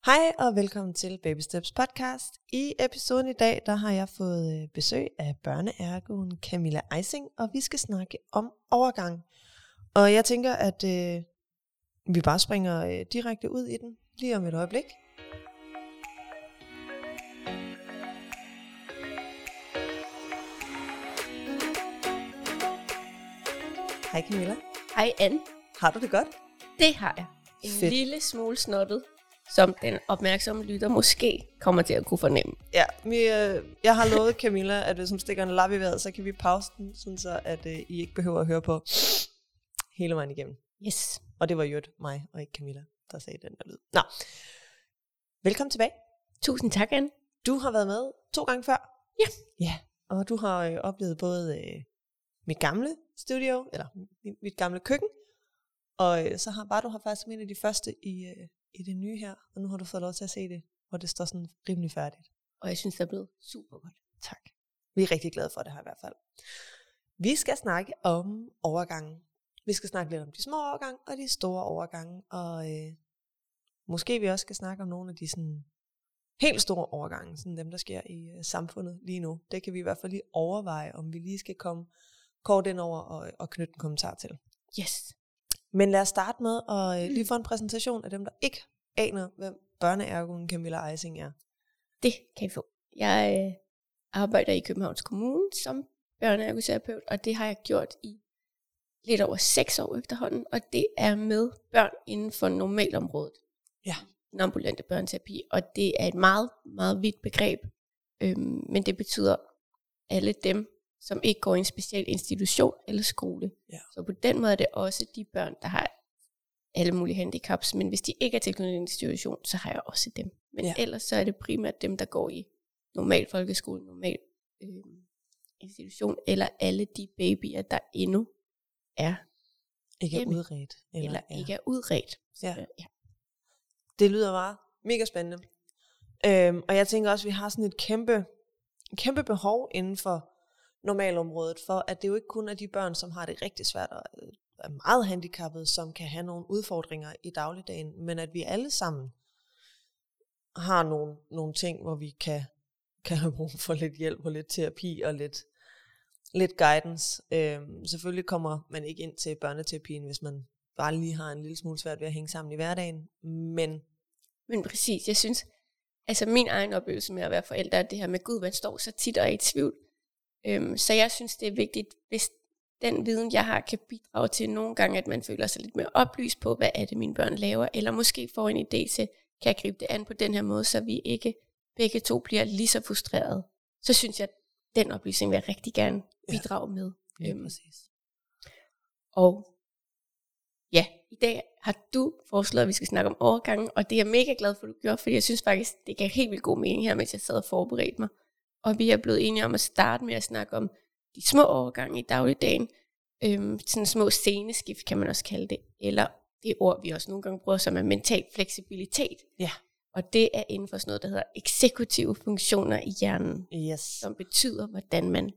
Hej og velkommen til Baby Steps podcast. I episoden i dag, der har jeg fået besøg af børneergoen Camilla Eising, og vi skal snakke om overgang. Og jeg tænker, at vi bare springer direkte ud i den lige om et øjeblik. Hej Camilla. Hej Anne. Har du det godt? Det har jeg. En lille smule snottet, som den opmærksomme lytter måske kommer til at kunne fornemme. Ja, jeg har lovet Camilla, at hvis hun stikker en lap i vejret, så kan vi pause den, sådan så at I ikke behøver at høre på hele vejen igennem. Yes. Og det var jo mig og ikke Camilla, der sagde den der lyd. Nå, velkommen tilbage. Tusind tak, Anne. Du har været med 2 gange før. Ja. Ja, og du har oplevet både mit gamle studio, eller mit gamle køkken, og så var du her faktisk en af de første i det nye her, og nu har du fået lov til at se det, hvor det står sådan rimelig færdigt. Og jeg synes, det er blevet super godt. Tak. Vi er rigtig glade for det her i hvert fald. Vi skal snakke om overgangen. Vi skal snakke lidt om de små overgange og de store overgange, og måske vi også skal snakke om nogle af de sådan helt store overgange, sådan dem der sker i samfundet lige nu. Det kan vi i hvert fald lige overveje, om vi lige skal komme kort ind over og knytte en kommentar til. Yes. Men lad os starte med at lige få en præsentation af dem, der ikke aner, hvem børneergoen Camilla Eising er. Det kan I få. Jeg arbejder i Københavns Kommune som børneergoterapeut, og det har jeg gjort i lidt over 6 år efterhånden, og det er med børn inden for normalområdet. Ja. Den ambulante børneterapi, og det er et meget, meget vidt begreb, men det betyder alle dem, som ikke går i en speciel institution eller skole. Ja. Så på den måde er det også de børn, der har alle mulige handicaps, men hvis de ikke er tilknyttet en institution, så har jeg også dem. Men ellers så er det primært dem, der går i normal folkeskole, normal institution, eller alle de babyer, der endnu er ikke er udredt. Eller ikke er udredt. Ja. Ja. Det lyder bare mega spændende. Og jeg tænker også, at vi har sådan et kæmpe behov inden for normalområdet, for at det jo ikke kun er de børn, som har det rigtig svært og er meget handicappede, som kan have nogle udfordringer i dagligdagen, men at vi alle sammen har nogle ting, hvor vi kan have brug for lidt hjælp og lidt terapi og lidt guidance. Selvfølgelig kommer man ikke ind til børneterapien, hvis man bare lige har en lille smule svært ved at hænge sammen i hverdagen, men præcis, jeg synes, altså min egen oplevelse med at være forælder, er det her med Gud, man står så tit og er i tvivl. Så jeg synes, det er vigtigt, hvis den viden, jeg har, kan bidrage til nogle gange, at man føler sig lidt mere oplyst på, hvad er det, mine børn laver, eller måske får en idé til, kan jeg gribe det an på den her måde, så vi ikke begge to bliver lige så frustrerede. Så synes jeg, at den oplysning vil jeg rigtig gerne bidrage med. Ja, præcis. Og ja, i dag har du foreslået, at vi skal snakke om overgangen, og det er jeg mega glad for, at du gjorde, fordi jeg synes faktisk, det gav helt vildt god mening her, mens jeg sad og forberedte mig. Og vi er blevet enige om at starte med at snakke om de små overgange i dagligdagen. Sådan små sceneskift kan man også kalde det. Eller det ord, vi også nogle gange bruger, som er mental fleksibilitet. Ja. Og det er inden for sådan noget, der hedder eksekutive funktioner i hjernen. Yes. Som betyder, hvordan man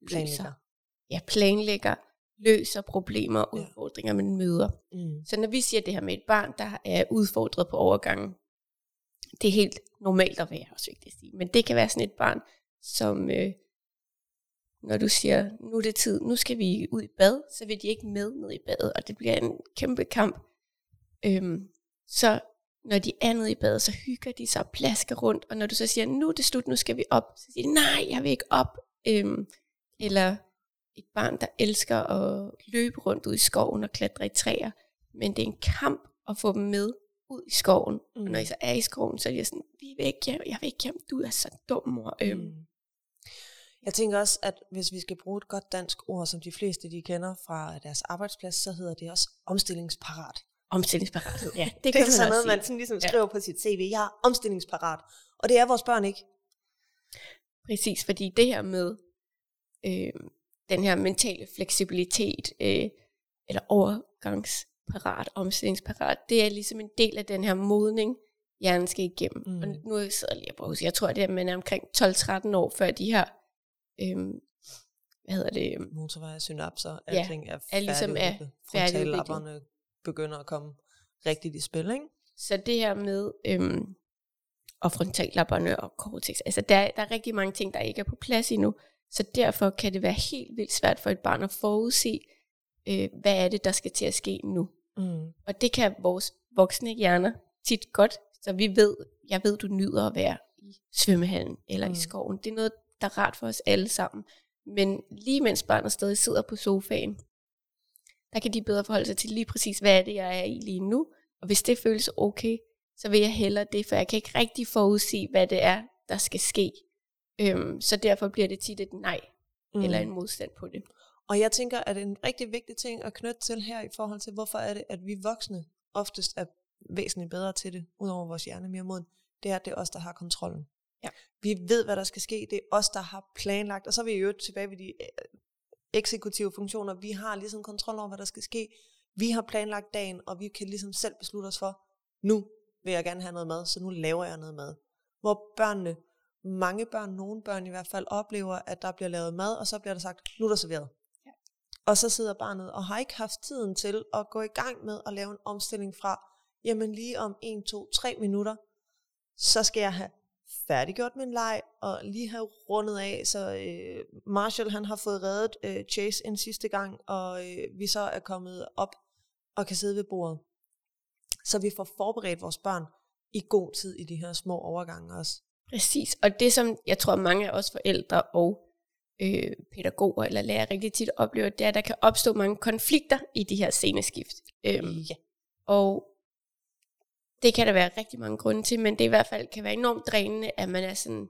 planlægger, løser problemer og udfordringer, man møder. Så når vi siger det her med et barn, der er udfordret på overgangen, det er helt normalt at være, også vigtigt at sige. Men det kan være sådan et barn, som når du siger, nu er det tid, nu skal vi ud i bad, så vil de ikke med ned i badet, og det bliver en kæmpe kamp. Så når de er nede i badet, så hygger de sig og plasker rundt, og når du så siger, nu er det slut, nu skal vi op, så siger de, nej, jeg vil ikke op. Eller et barn, der elsker at løbe rundt ud i skoven og klatre i træer, men det er en kamp at få dem med ud i skoven. Og når I så er i skoven, så er de sådan, vi vil ikke hjem, jeg vil ikke hjem, du er så dum, mor. Jeg tænker også, at hvis vi skal bruge et godt dansk ord, som de fleste de kender fra deres arbejdsplads, så hedder det også omstillingsparat. Omstillingsparat, ja. Det er sådan noget, man sådan ligesom skriver på sit CV. Jeg er omstillingsparat, og det er vores børn ikke. Præcis, fordi det her med den her mentale fleksibilitet, eller overgangsparat, omstillingsparat, det er ligesom en del af den her modning, hjernen skal igennem. Og nu sidder jeg lige og huske, jeg tror, at man er omkring 12-13 år, før de her motorveje, synapser, alting er færdigudviklet. Ligesom er frontallapperne begynder at komme rigtigt i spil, ikke? Så det her med og frontallapperne og cortex. Altså der er rigtig mange ting, der ikke er på plads endnu. Så derfor kan det være helt vildt svært for et barn at forudse, hvad er det, der skal til at ske nu. Og det kan vores voksne hjerner tit godt. Så jeg ved, du nyder at være i svømmehallen eller i skoven. Det er noget, der er rart for os alle sammen. Men lige mens barnet stadig sidder på sofaen, der kan de bedre forholde sig til lige præcis, hvad er det, jeg er i lige nu. Og hvis det føles okay, så vil jeg hellere det, for jeg kan ikke rigtig forudsige, hvad det er, der skal ske. Så derfor bliver det tit et nej, eller en modstand på det. Og jeg tænker, at en rigtig vigtig ting at knytte til her, i forhold til, hvorfor er det, at vi voksne oftest er væsentligt bedre til det, udover vores hjerne mere moden, det er, at det er os, der har kontrollen. Ja. Vi ved, hvad der skal ske, det er os, der har planlagt, og så er vi jo tilbage ved de eksekutive funktioner. Vi har ligesom kontrol over, hvad der skal ske. Vi har planlagt dagen, og vi kan ligesom selv beslutte os for, nu vil jeg gerne have noget mad, så nu laver jeg noget mad. Hvor børnene, mange børn, nogle børn i hvert fald, oplever, at der bliver lavet mad, og så bliver der sagt, nu er der serveret. Ja. Og så sidder barnet og har ikke haft tiden til at gå i gang med at lave en omstilling fra, jamen lige om 1, 2, 3 minutter, så skal jeg have færdiggjort min leg, og lige have rundet af, så Marshall han har fået reddet Chase en sidste gang, og vi så er kommet op og kan sidde ved bordet. Så vi får forberedt vores børn i god tid i de her små overgange også. Præcis, og det som jeg tror mange af os forældre og pædagoger eller lærere rigtig tit oplever, det er, at der kan opstå mange konflikter i de her sceneskift. Ja. Og det kan der være rigtig mange grunde til, men det i hvert fald kan være enormt drænende, at man er sådan,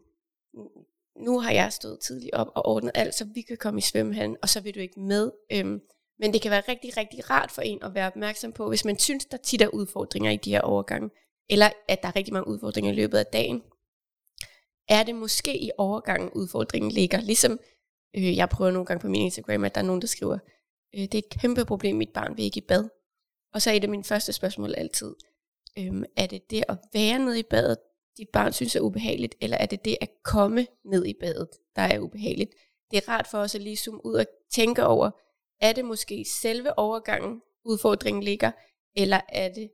nu har jeg stået tidligt op og ordnet alt, så vi kan komme i svømmehallen, og så vil du ikke med. Men det kan være rigtig, rigtig rart for en at være opmærksom på, hvis man synes, der tit er udfordringer i de her overgange, eller at der er rigtig mange udfordringer i løbet af dagen. Er det måske i overgangen, udfordringen ligger? Ligesom jeg prøver nogle gange på min Instagram, at der er nogen, der skriver, det er et kæmpe problem, mit barn vil ikke i bad. Og så er et af mine første spørgsmål altid, er det det at være nede i badet, dit barn synes er ubehageligt, eller er det det at komme ned i badet, der er ubehageligt? Det er rart for os at lige zoome ud og tænke over, er det måske selve overgangen, udfordringen ligger, eller er det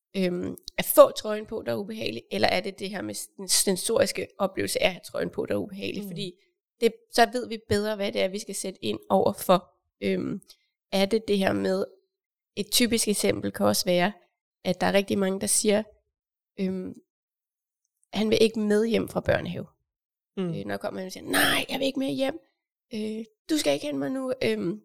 at få trøjen på, der er ubehageligt, eller er det det her med den sensoriske oplevelse af at have trøjen på, der er ubehageligt? Fordi så ved vi bedre, hvad det er, vi skal sætte ind over for. Er det det her med, et typisk eksempel kan også være, at der er rigtig mange, der siger, han vil ikke med hjem fra børnehave. Når kommer han og siger, nej, jeg vil ikke med hjem. Du skal ikke hente mig nu.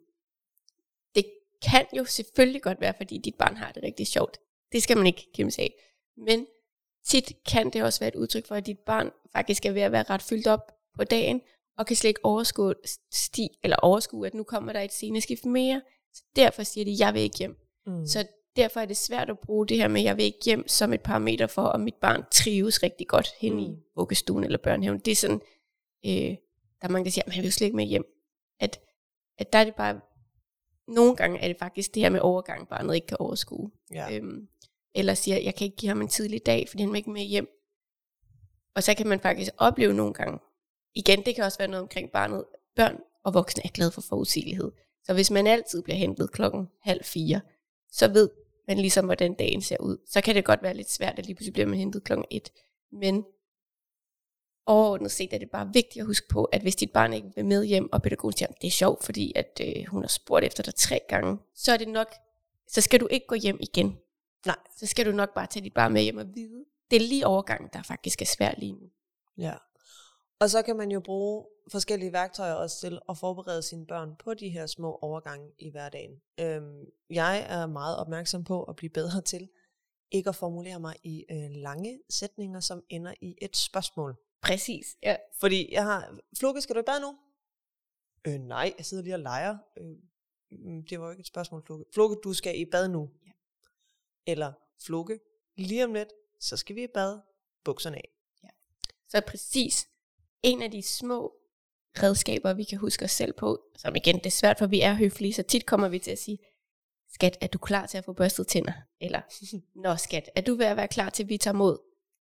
Det kan jo selvfølgelig godt være, fordi dit barn har det rigtig sjovt. Det skal man ikke kæmpe sig af. Men tit kan det også være et udtryk for, at dit barn faktisk er ved at være ret fyldt op på dagen, og kan slet ikke overskue, at nu kommer der et sceneskift mere. Så derfor siger de, jeg vil ikke hjem. Så derfor er det svært at bruge det her med, jeg vil ikke hjem som et parameter for, om mit barn trives rigtig godt hen i vuggestuen eller børnehaven. Det er sådan, der er mange, der siger, at han vil jo slet ikke med hjem. At der er det bare, nogle gange er det faktisk det her med overgang, barnet ikke kan overskue. Ja. Eller siger, jeg kan ikke give ham en tidlig dag, fordi han vil ikke med hjem. Og så kan man faktisk opleve nogle gange, igen, det kan også være noget omkring barnet, børn og voksne er glade for forudsigelighed. Så hvis man altid bliver hentet 3:30, så ved man ligesom, hvordan dagen ser ud. Så kan det godt være lidt svært, at lige pludselig bliver man hentet 1:00. Men overordnet set er det bare vigtigt at huske på, at hvis dit barn ikke vil med hjem, og pædagogen siger, det er sjovt, fordi at, hun har spurgt efter dig 3 gange, så er det nok, så skal du ikke gå hjem igen. Nej. Så skal du nok bare tage dit barn med hjem og vide. Det er lige overgangen, der faktisk er svært lige nu. Ja. Og så kan man jo bruge forskellige værktøjer også til at forberede sine børn på de her små overgange i hverdagen. Jeg er meget opmærksom på at blive bedre til ikke at formulere mig i lange sætninger, som ender i et spørgsmål. Præcis, ja. Fordi jeg har, Flukke, skal du i bad nu? Nej, jeg sidder lige og leger. Det var jo ikke et spørgsmål, Flukke. Flukke, du skal i bad nu. Ja. Eller, Flukke, lige om lidt, så skal vi i bad, bukserne af. Ja. Så præcis en af de små redskaber, vi kan huske os selv på, som igen, det er svært, for vi er høflige, så tit kommer vi til at sige, skat, er du klar til at få børstet tænder? Eller, nå skat, er du ved at være klar til, at vi tager mod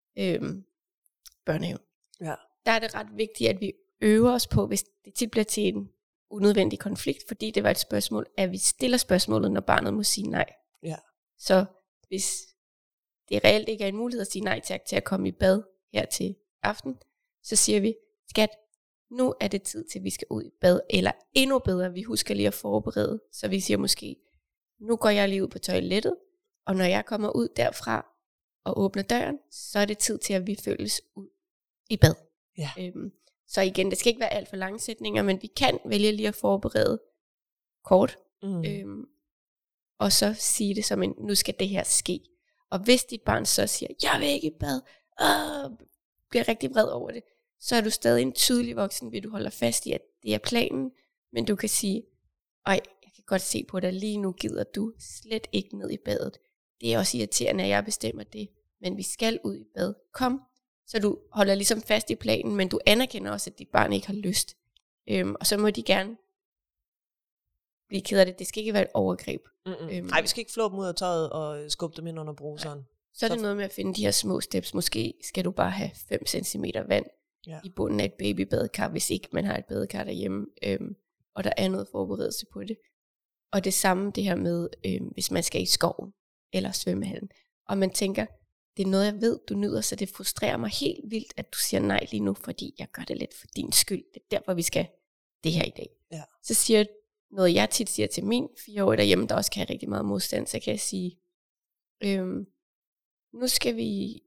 børnehave? Ja. Der er det ret vigtigt, at vi øver os på, hvis det tit bliver til en unødvendig konflikt, fordi det var et spørgsmål, at vi stiller spørgsmålet, når barnet må sige nej. Ja. Så hvis det reelt ikke er en mulighed at sige nej tak til at komme i bad her til aften, så siger vi, skat, nu er det tid til, at vi skal ud i bad, eller endnu bedre, vi husker lige at forberede, så vi siger måske, nu går jeg lige ud på toilettet, og når jeg kommer ud derfra og åbner døren, så er det tid til, at vi følges ud i bad. Ja. Så igen, det skal ikke være alt for lange sætninger, men vi kan vælge lige at forberede kort, og så sige det som en, nu skal det her ske. Og hvis dit barn så siger, jeg vil ikke i bad, bliver rigtig vred over det, så er du stadig en tydelig voksen, vil du holde fast i, at det er planen, men du kan sige, jeg kan godt se på dig, lige nu gider du slet ikke ned i badet. Det er også irriterende, at jeg bestemmer det, men vi skal ud i bad. Kom, så du holder ligesom fast i planen, men du anerkender også, at dit barn ikke har lyst. Og så må de gerne blive ked af det. Det skal ikke være et overgreb. Nej, vi skal ikke flå dem ud af tøjet og skubbe dem ind under bruseren. Så er det noget med at finde de her små steps. Måske skal du bare have 5 cm vand i bunden af et babybadekar, hvis ikke man har et badekar derhjemme. Og der er noget forberedelse på det. Og det samme det her med, hvis man skal i skoven eller svømmehallen. Og man tænker, det er noget jeg ved, du nyder, så det frustrerer mig helt vildt, at du siger nej lige nu, fordi jeg gør det lidt for din skyld. Det er derfor, vi skal det her i dag. Ja. Så siger jeg noget, jeg tit siger til min 4-årige derhjemme, der også kan have rigtig meget modstand, så kan jeg sige, nu skal vi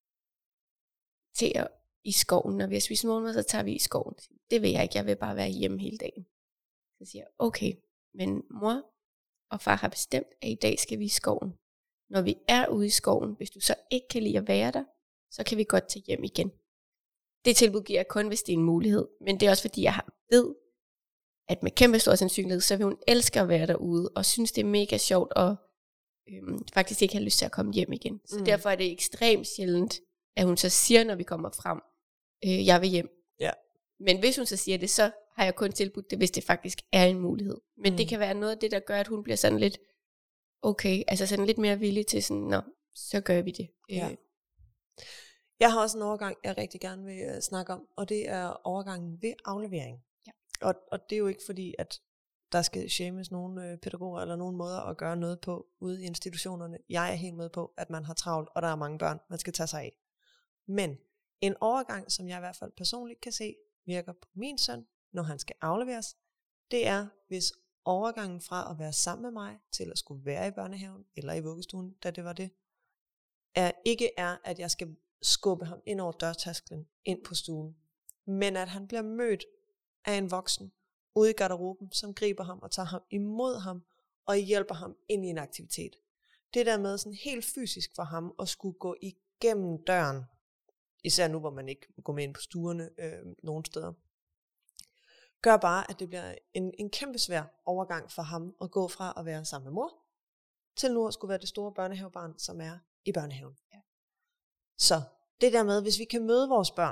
til i skoven, når vi har spist morgenmad, så tager vi i skoven. Det vil jeg ikke, jeg vil bare være hjemme hele dagen. Så siger jeg, okay, men mor og far har bestemt, at i dag skal vi i skoven. Når vi er ude i skoven, hvis du så ikke kan lide at være der, så kan vi godt tage hjem igen. Det tilbud giver jeg kun, hvis det er en mulighed, men det er også fordi, jeg ved, at med kæmpe stor sandsynlighed, så vil hun elske at være derude, og synes det er mega sjovt, og faktisk ikke har lyst til at komme hjem igen. Så derfor er det ekstremt sjældent, at hun så siger, når vi kommer frem, jeg vil hjem. Ja. Men hvis hun så siger det, så har jeg kun tilbudt det, hvis det faktisk er en mulighed. Men det kan være noget af det, der gør, at hun bliver sådan lidt, okay, altså sådan lidt mere villig til sådan, nå, så gør vi det. Ja. Jeg har også en overgang, jeg rigtig gerne vil snakke om, og det er overgangen ved aflevering. Ja. Og det er jo ikke fordi, at der skal shames nogle pædagoger eller nogle måder at gøre noget på ude i institutionerne. Jeg er helt med på, at man har travlt, og der er mange børn, man skal tage sig af. Men en overgang, som jeg i hvert fald personligt kan se, virker på min søn, når han skal afleveres, det er, hvis overgangen fra at være sammen med mig, til at skulle være i børnehaven, eller i vuggestuen, da det var det, ikke er, at jeg skal skubbe ham ind over dørtasklen, ind på stuen, men at han bliver mødt af en voksen, ude i garderoben, som griber ham og tager ham imod ham, og hjælper ham ind i en aktivitet. Det der med sådan helt fysisk for ham, at skulle gå igennem døren, især nu, hvor man ikke går med ind på stuerne nogle steder, gør bare, at det bliver en kæmpe svær overgang for ham, at gå fra at være sammen med mor, til nu at skulle være det store børnehavebarn, som er i børnehaven. Ja. Så det der med, hvis vi kan møde vores børn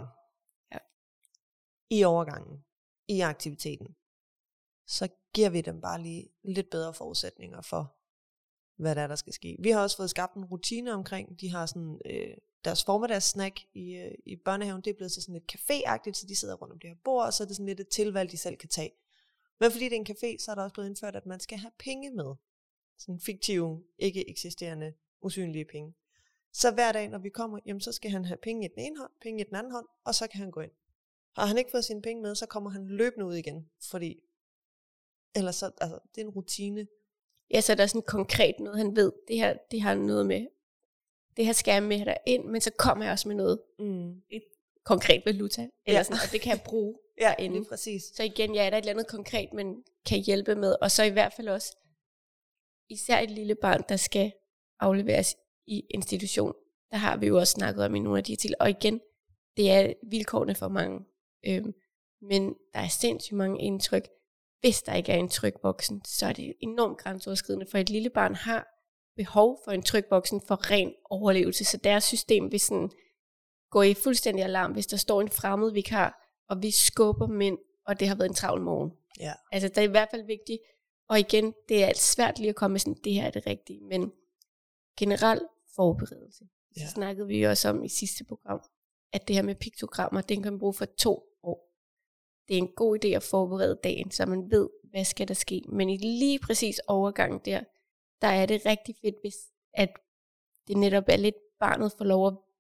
i overgangen, i aktiviteten, så giver vi dem bare lige lidt bedre forudsætninger for, hvad der skal ske. Vi har også fået skabt en rutine omkring, de har sådan deres formiddagssnack i børnehaven, det er blevet til sådan lidt café-agtigt, så de sidder rundt om det her bord, og så er det sådan lidt et tilvalg, de selv kan tage. Men fordi det er en café, så er der også blevet indført, at man skal have penge med. Sådan fiktive, ikke eksisterende, usynlige penge. Så hver dag, når vi kommer, jamen, så skal han have penge i den ene hånd, penge i den anden hånd, og så kan han gå ind. Har han ikke fået sine penge med, så kommer han løbende ud igen, fordi ellers så, altså, det er en rutine. Ja, så er der sådan konkret noget, han ved, det har noget med, det her skal jeg med der ind, men så kommer jeg også med noget et konkret valuta, eller sådan, og det kan jeg bruge derinde. Det er præcis. Så igen, er der et eller andet konkret, man kan hjælpe med, og så i hvert fald også, især et lille barn, der skal afleveres i institution, der har vi jo også snakket om i nogle af de til, og igen, det er vilkårene for mange, men der er sindssygt mange indtryk. Hvis der ikke er en tryg voksen, så er det enormt grænseoverskridende, for et lille barn har behov for en tryg voksen for ren overlevelse, så deres system vil sådan gå i fuldstændig alarm, hvis der står en fremmed vikar, og vi skubber dem ind, og det har været en travl morgen. Ja. Altså det er i hvert fald vigtigt, og igen, det er svært lige at komme med sådan, det her er det rigtige, men generelt forberedelse. Så snakkede vi også om i sidste program, at det her med piktogrammer, den kan man bruge for 2 år. Det er en god idé at forberede dagen, så man ved, hvad skal der ske. Men i lige præcis overgangen der er det rigtig fedt, hvis at det netop er lidt, barnet får lov at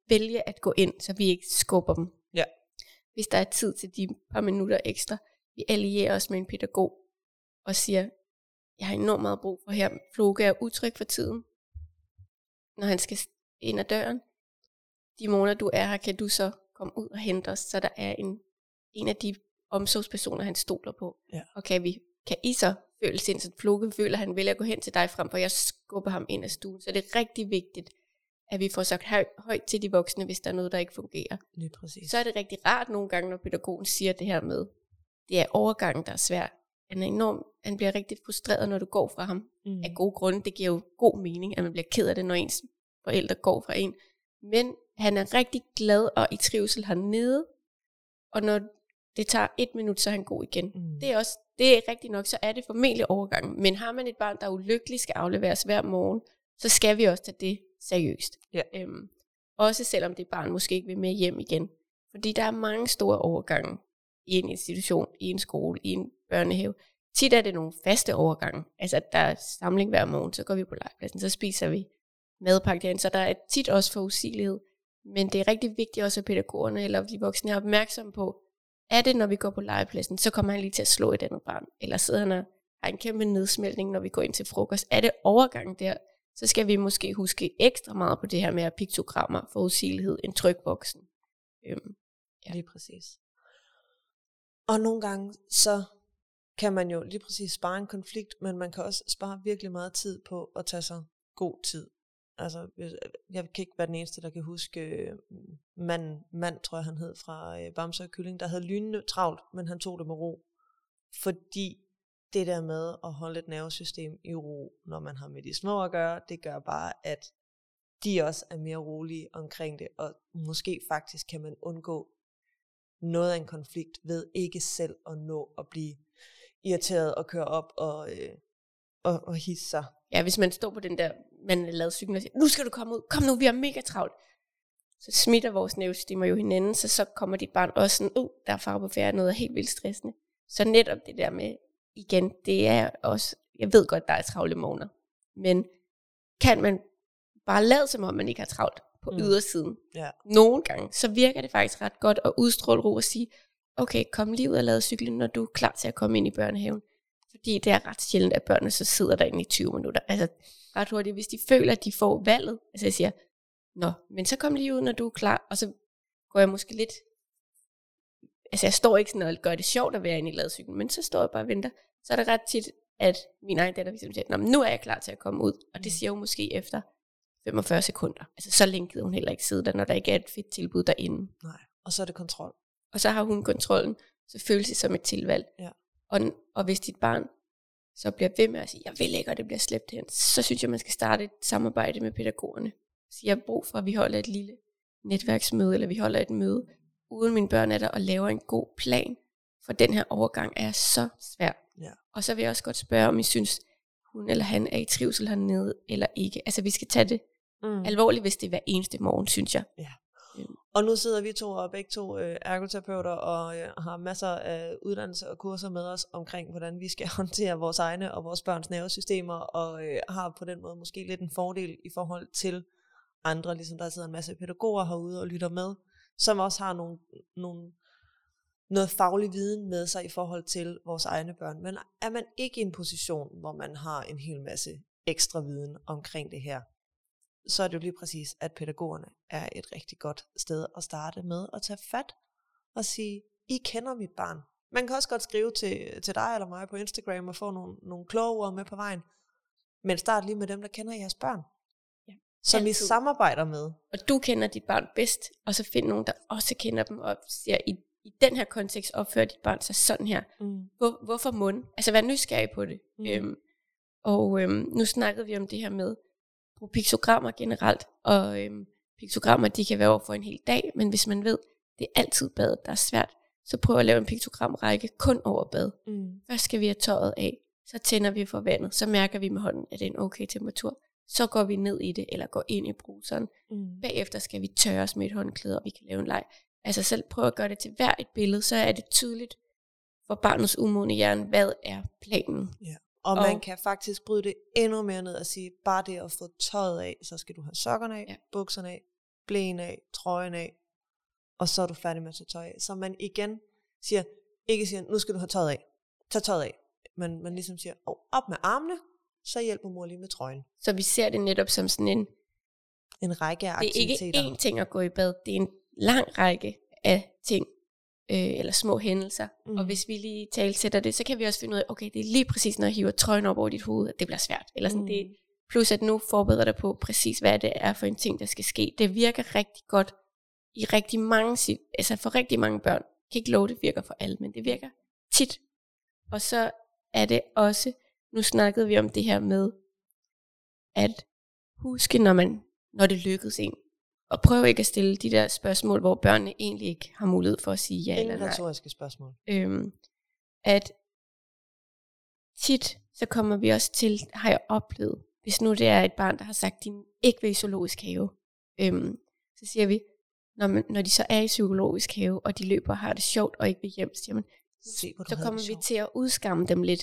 vælge at gå ind, så vi ikke skubber dem. Ja. Hvis der er tid til de par minutter ekstra, vi allierer os med en pædagog og siger, jeg har enormt meget brug for her. Floke er utryg for tiden, når han skal ind ad døren. De måneder, du er her, kan du så komme ud og hente os, så der er en af de omsorgspersoner, han stoler på. Ja. Og kan I så føle sind, så Floke føler, at han vælger at gå hen til dig, frem for jeg skubber ham ind ad stuen. Så det er rigtig vigtigt, at vi får sagt højt til de voksne, hvis der er noget, der ikke fungerer. Lige præcis. Så er det rigtig rart nogle gange, når pædagogen siger det her med, det er overgangen, der er svær. Han bliver rigtig frustreret, når du går fra ham. Af gode grunde, det giver jo god mening, at man bliver ked af det, når ens forældre går fra en. Men han er rigtig glad og i trivsel hernede, og når det tager 1 minut, så er han god igen. Det er rigtigt nok, så er det formentlig overgangen. Men har man et barn, der er ulykkelig, skal afleveres hver morgen, så skal vi også tage det seriøst. Ja. Også selvom det barn måske ikke vil med hjem igen. Fordi der er mange store overgange i en institution, i en skole, i en børnehave. Tit er det nogle faste overgange. Altså, der er samling hver morgen, så går vi på legepladsen, så spiser vi madpakke derinde. Så der er tit også forudsigelighed. Men det er rigtig vigtigt også, at pædagogerne eller de voksne er opmærksomme på, er det, når vi går på legepladsen, så kommer han lige til at slå et andet barn. Eller sidder han og har en kæmpe nedsmeltning, når vi går ind til frokost. Er det overgangen der, så skal vi måske huske ekstra meget på det her med piktogrammer, forudsigelighed, en tryg voksen. Ja. Lige præcis. Og nogle gange, så kan man jo lige præcis spare en konflikt, men man kan også spare virkelig meget tid på at tage sig god tid. Altså, jeg kan ikke være den eneste, der kan huske mand, tror jeg han hed, fra Bamse og Kylling, der havde lynende travlt, men han tog det med ro. Fordi det der med at holde et nervesystem i ro, når man har med de små at gøre, det gør bare, at de også er mere rolige omkring det, og måske faktisk kan man undgå noget af en konflikt ved ikke selv at nå at blive irriteret og køre op og hisse sig. Ja, hvis man står på den der, man har lavet cyklen og siger, nu skal du komme ud, kom nu, vi har mega travlt. Så smitter vores nervesystemer jo hinanden, så kommer dit barn også sådan, der er far på færre, noget er helt vildt stressende. Så netop det der med, igen, det er også, jeg ved godt, der er travle morgener, men kan man bare lade som om, man ikke har travlt på ydersiden. Ja. Nogle gange, så virker det faktisk ret godt at udstråle ro og sige, okay, kom lige ud og lad cyklen, når du er klar til at komme ind i børnehaven. Fordi det er ret sjældent, at børnene så sidder derinde i 20 minutter. Altså ret hurtigt, hvis de føler, at de får valget. Altså jeg siger, men så kom lige ud, når du er klar. Og så går jeg måske lidt, altså jeg står ikke sådan og gør det sjovt at være inde i ladcyklen, men så står jeg bare og venter. Så er det ret tit, at min egen datter siger, nu er jeg klar til at komme ud. Og det siger hun måske efter 45 sekunder. Altså så længe gider hun heller ikke sidde der, når der ikke er et fedt tilbud derinde. Nej, og så er det kontrol. Og så har hun kontrollen, så føles det som et tilvalg. Ja. Og hvis dit barn så bliver ved med at sige, jeg vil ikke, og det bliver slæbt hen, så synes jeg, man skal starte et samarbejde med pædagogerne. Så jeg har brug for, at vi holder et lille netværksmøde, eller vi holder et møde, uden mine børn er der, og laver en god plan, for den her overgang er så svær. Ja. Og så vil jeg også godt spørge, om I synes, hun eller han er i trivsel hernede, eller ikke. Altså vi skal tage det alvorligt, hvis det er hver eneste morgen, synes jeg. Ja. Og nu sidder vi to og begge to ergoterapeuter og har masser af uddannelse og kurser med os omkring, hvordan vi skal håndtere vores egne og vores børns nervesystemer, og har på den måde måske lidt en fordel i forhold til andre, ligesom der sidder en masse pædagoger herude og lytter med, som også har noget faglig viden med sig i forhold til vores egne børn. Men er man ikke i en position, hvor man har en hel masse ekstra viden omkring det her, så er det jo lige præcis, at pædagogerne er et rigtig godt sted at starte med at tage fat og sige, I kender mit barn. Man kan også godt skrive til dig eller mig på Instagram og få nogle kloge ord med på vejen, men start lige med dem, der kender jeres børn, som I samarbejder med. Og du kender dit barn bedst, og så find nogen, der også kender dem, og siger, i den her kontekst opfører dit barn sig sådan her. Hvorfor mund? Altså vær nysgerrig på det. Nu snakkede vi om det her med brug piktogrammer generelt, og piktogrammer, de kan være over for en hel dag, men hvis man ved, det er altid badet, der er svært, så prøv at lave en piktogramrække kun over bad. Først skal vi have tøjet af, så tænder vi for vandet, så mærker vi med hånden, at det er en okay temperatur, så går vi ned i det, eller går ind i bruseren. Bagefter skal vi tørre os med et håndklæde, og vi kan lave en leg. Altså selv prøv at gøre det til hver et billede, så er det tydeligt for barnets umodne hjerne, hvad er planen. Ja. Og man kan faktisk bryde det endnu mere ned og sige, bare det at få tøjet af, så skal du have sokkerne af, bukserne af, blæen af, trøjen af, og så er du færdig med at tage tøj af. Så man igen ikke siger, nu skal du have tøjet af. Tag tøjet af. Men man ligesom siger, op med armene, så hjælper mor lige med trøjen. Så vi ser det netop som sådan en række af aktiviteter. Det er ikke én ting at gå i bad, det er en lang række af ting, eller små hændelser. Og hvis vi lige talsætter det, så kan vi også finde ud af, okay, det er lige præcis, når jeg hiver trøjen op over dit hoved, at det bliver svært. Eller sådan, det, plus at nu forbereder dig på præcis, hvad det er for en ting, der skal ske. Det virker rigtig godt i rigtig mange, altså for rigtig mange børn. Jeg kan ikke love, det virker for alle, men det virker tit. Og så er det også, nu snakkede vi om det her med, at huske, når det lykkedes en, og prøv ikke at stille de der spørgsmål, hvor børnene egentlig ikke har mulighed for at sige ja eller nej. Ingen retoriske spørgsmål. At tit, så kommer vi også til, har jeg oplevet, hvis nu det er et barn, der har sagt, de ikke vil i zoologisk have, så siger vi, når de så er i zoologisk have, og de løber og har det sjovt, og ikke vil hjem, så siger man, så kommer vi til at udskamme dem lidt,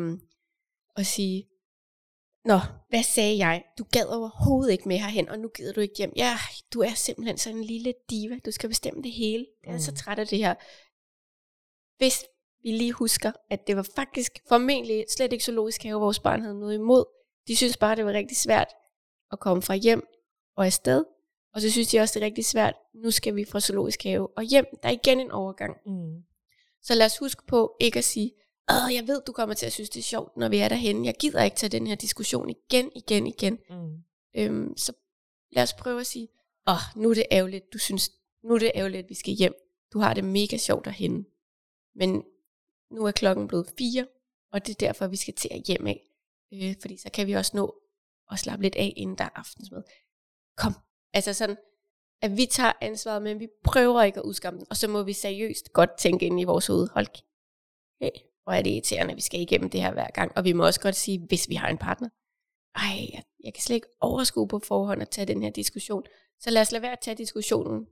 og sige, nå, hvad sagde jeg? Du gad overhovedet ikke med herhen, og nu gider du ikke hjem. Ja, du er simpelthen sådan en lille diva. Du skal bestemme det hele. Jeg er så træt af det her. Hvis vi lige husker, at det var faktisk formentlig slet ikke zoologisk have, vores barn havde noget imod. De synes bare, det var rigtig svært at komme fra hjem og afsted. Og så synes de også, det er rigtig svært. Nu skal vi fra zoologisk have og hjem. Der er igen en overgang. Så lad os huske på ikke at sige, jeg ved, du kommer til at synes, det er sjovt, når vi er derhenne. Jeg gider ikke tage den her diskussion igen. Så lad os prøve at sige, nu er det ærgerligt, nu er det ærgerligt, at vi skal hjem. Du har det mega sjovt derhenne. Men nu er klokken blevet 4, og det er derfor, vi skal til at hjem af. Fordi så kan vi også nå at slappe lidt af, inden der er aftensmad. Kom, altså sådan, at vi tager ansvaret, men vi prøver ikke at udskamme den. Og så må vi seriøst godt tænke ind i vores hoved, hold hvor er det irriterende, at vi skal igennem det her hver gang. Og vi må også godt sige, hvis vi har en partner, jeg kan slet ikke overskue på forhånd at tage den her diskussion. Så lad os lade være at tage diskussionen,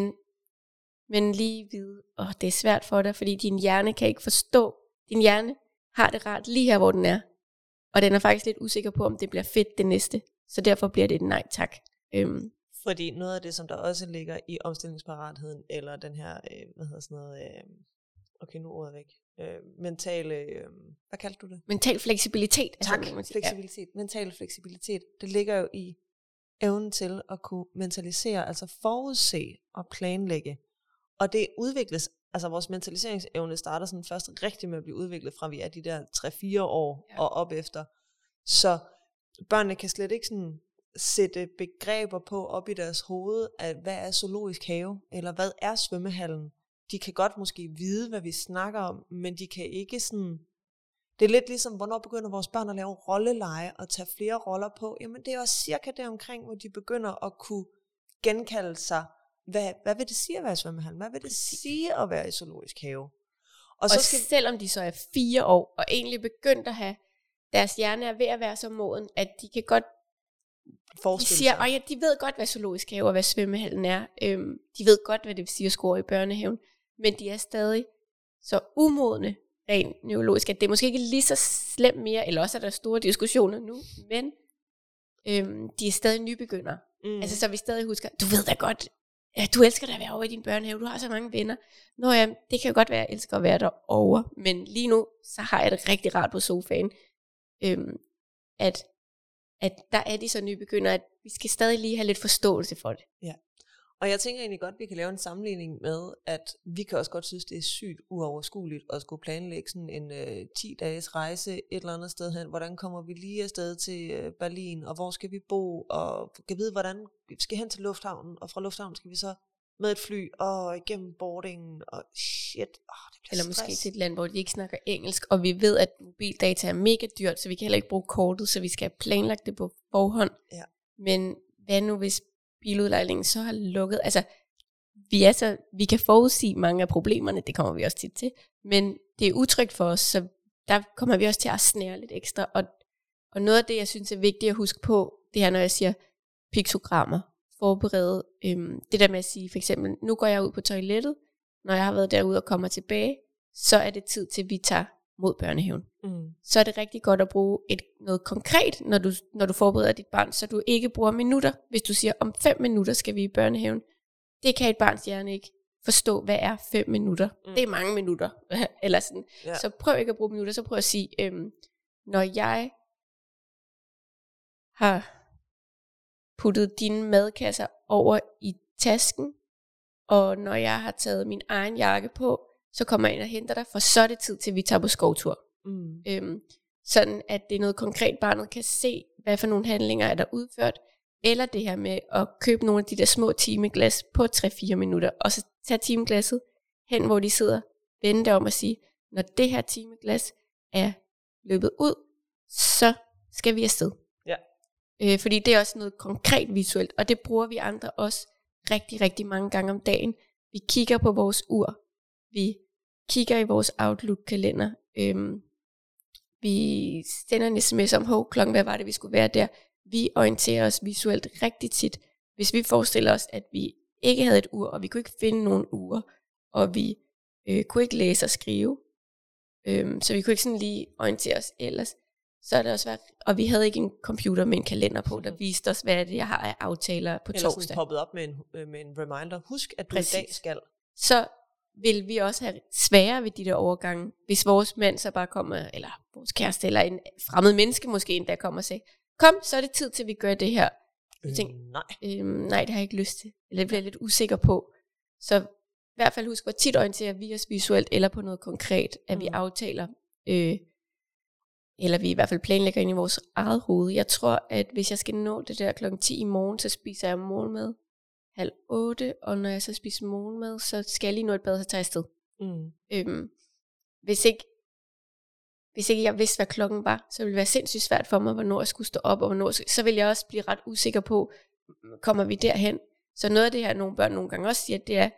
men lige vide, det er svært for dig, fordi din hjerne kan ikke forstå. Din hjerne har det rart lige her, hvor den er. Og den er faktisk lidt usikker på, om det bliver fedt det næste. Så derfor bliver det et nej tak. Fordi noget af det, som der også ligger i omstillingsparatheden, eller den her, okay, nu er ordet væk. Mentale, hvad kaldte du det? Mental fleksibilitet. Tak, fleksibilitet. Ja. Mental fleksibilitet. Det ligger jo i evnen til at kunne mentalisere, altså forudse og planlægge. Og det udvikles, altså vores mentaliseringsevne starter sådan først rigtig med at blive udviklet fra vi er de der 3-4 år og op efter. Så børnene kan slet ikke sådan sætte begreber på op i deres hoved, at hvad er zoologisk have, eller hvad er svømmehallen. De kan godt måske vide, hvad vi snakker om, men de kan ikke sådan... Det er lidt ligesom, hvornår begynder vores børn at lave rolleleje og tage flere roller på. Jamen det er også cirka deromkring, hvor de begynder at kunne genkalde sig, hvad vil det sige at være i svømmehallen? Hvad vil det sige at være i zoologisk have? Og så selvom de så er 4 år, og egentlig begyndt at have, deres hjerne er ved at være så moden, at de kan godt... De siger, de ved godt, hvad zoologisk have og hvad svømmehallen er. De ved godt, hvad det vil sige at score i børnehaven. Men de er stadig så umodne, rent neurologisk, at det er måske ikke lige så slemt mere, eller også er der store diskussioner nu, men de er stadig nybegyndere. Altså så vi stadig husker, du ved da godt, du elsker da at være over i din børnehave, du har så mange venner. Nå ja, det kan godt være, at jeg elsker at være derovre, men lige nu, så har jeg det rigtig rart på sofaen, at der er de så nybegyndere, at vi skal stadig lige have lidt forståelse for det. Ja. Og jeg tænker egentlig godt, at vi kan lave en sammenligning med, at vi kan også godt synes, det er sygt uoverskueligt at skulle planlægge sådan en 10-dages rejse et eller andet sted hen. Hvordan kommer vi lige afsted til Berlin, og hvor skal vi bo, og kan vide, hvordan vi skal hen til lufthavnen, og fra lufthavnen skal vi så med et fly, og igennem boardingen, og shit, det bliver eller stress. Måske til et land, hvor de ikke snakker engelsk, og vi ved, at mobildata er mega dyrt, så vi kan heller ikke bruge kortet, så vi skal have planlagt det på forhånd. Ja. Men hvad nu, hvis biludlejningen så har lukket? Altså, vi kan forudsige mange af problemerne, det kommer vi også tit til, men det er utrygt for os, så der kommer vi også til at snære lidt ekstra, og noget af det, jeg synes er vigtigt at huske på, det her, når jeg siger piktogrammer, forberede, det der med at sige, for eksempel, nu går jeg ud på toilettet, når jeg har været derude og kommer tilbage, så er det tid til, at vi tager mod børnehaven. Så er det rigtig godt at bruge noget konkret, når du forbereder dit barn, så du ikke bruger minutter. Hvis du siger, om 5 minutter skal vi i børnehaven, det kan et barns hjerne ikke forstå, hvad er 5 minutter. Det er mange minutter. Eller sådan. Ja. Så prøv ikke at bruge minutter, så prøv at sige, når jeg har puttet dine madkasser over i tasken, og når jeg har taget min egen jakke på, så kommer jeg ind og henter dig, for så er det tid til, vi tager på skovtur. Sådan at det er noget konkret, barnet kan se, hvad for nogle handlinger er der udført, eller det her med at købe nogle af de der små timeglas på 3-4 minutter, og så tage timeglasset hen, hvor de sidder, vende det om og sige, når det her timeglas er løbet ud, så skal vi afsted. Ja. Fordi det er også noget konkret visuelt, og det bruger vi andre også rigtig, rigtig mange gange om dagen. Vi kigger på vores ur, vi kigger i vores Outlook-kalender, vi sender en sms om, klokken, hvad var det, vi skulle være der. Vi orienterer os visuelt rigtig tit. Hvis vi forestiller os, at vi ikke havde et ur, og vi kunne ikke finde nogen ure, og vi kunne ikke læse og skrive, så vi kunne ikke sådan lige orientere os ellers, så er det også været, og vi havde ikke en computer med en kalender på, der viste os, hvad er det, jeg har af aftaler på torsdag. Eller sådan poppet op med en reminder. Husk, at du i dag skal. Så vil vi også have sværere ved de der overgange, hvis vores mand så bare kommer, eller vores kæreste, eller en fremmed menneske måske endda kommer og siger, kom, så er det tid til, at vi gør det her. Nej, det har jeg ikke lyst til. Eller det bliver jeg lidt usikker på. Så i hvert fald husk, hvor tit orienterer vi os visuelt, eller på noget konkret, at vi aftaler, eller vi i hvert fald planlægger ind i vores eget hoved. Jeg tror, at hvis jeg skal nå det der klokken 10 i morgen, så spiser jeg morgenmad 7:30, og når jeg så spiser morgenmad, så skal jeg lige nå et bad, så tager jeg afsted. Hvis ikke jeg vidste, hvad klokken var, så ville det være sindssygt svært for mig, hvornår jeg skulle stå op, og så ville jeg også blive ret usikker på, kommer vi derhen? Så noget af det her, nogle børn nogle gange også siger, det er,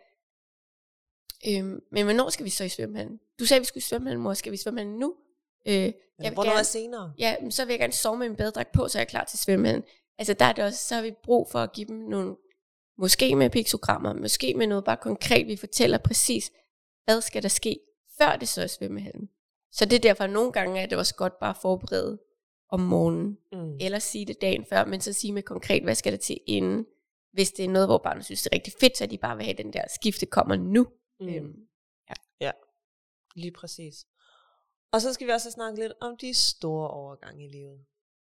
men hvornår skal vi så i svømmehallen? Du sagde, vi skulle i svømmehallen, mor, skal vi i svømmehallen nu? Hvornår er senere? Ja, så vil jeg gerne sove med en badedragt på, så jeg er klar til svømmehallen. Altså der er det også, så har vi brug for at give dem nogle, måske med piktogrammer, måske med noget bare konkret, vi fortæller præcis, hvad skal der ske, før det så er svømmehallen. Så det er derfor nogle gange, at det også godt bare forberede om morgenen, eller sige det dagen før, men så sige med konkret, hvad skal der til inden, hvis det er noget, hvor barnet synes, det er rigtig fedt, så de bare vil have den der skifte kommer nu. Ja, lige præcis. Og så skal vi også snakke lidt om de store overgange i livet.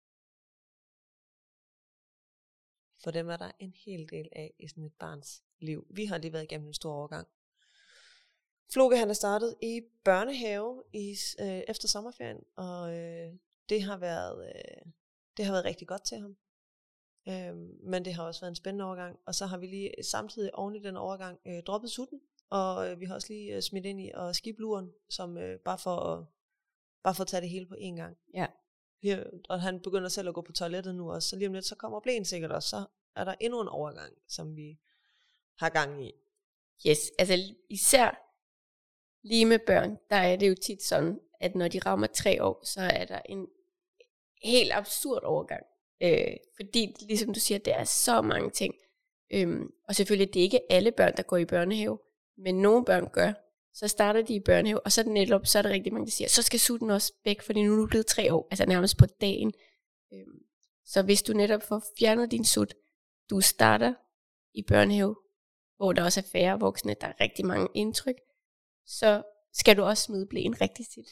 For dem er der en hel del af i sådan et barns liv. Vi har lige været igennem en stor overgang. Floke, han er startet i børnehave efter sommerferien, og det har været rigtig godt til ham. Men det har også været en spændende overgang, og så har vi lige samtidig oven i den overgang droppet sutten, og vi har også lige smidt ind i og skibluren, som bare for at tage det hele på en gang. Ja. Og han begynder selv at gå på toilettet nu også, så lige om lidt så kommer blæen sikkert også, så er der endnu en overgang, som vi har gang i. Yes, altså især lige med børn, der er det jo tit sådan, at når de rammer 3 år, så er der en helt absurd overgang. Fordi, ligesom du siger, der er så mange ting. Og selvfølgelig, det er ikke alle børn, der går i børnehave, men nogle børn gør. Så starter de i børnehave, og så er der rigtig mange, der siger, så skal sutten også væk, fordi nu er du blevet 3 år, altså nærmest på dagen. Så hvis du netop får fjernet din sut, du starter i børnehave, hvor der også er færre voksne, der er rigtig mange indtryk, så skal du også smide blæen rigtig tit.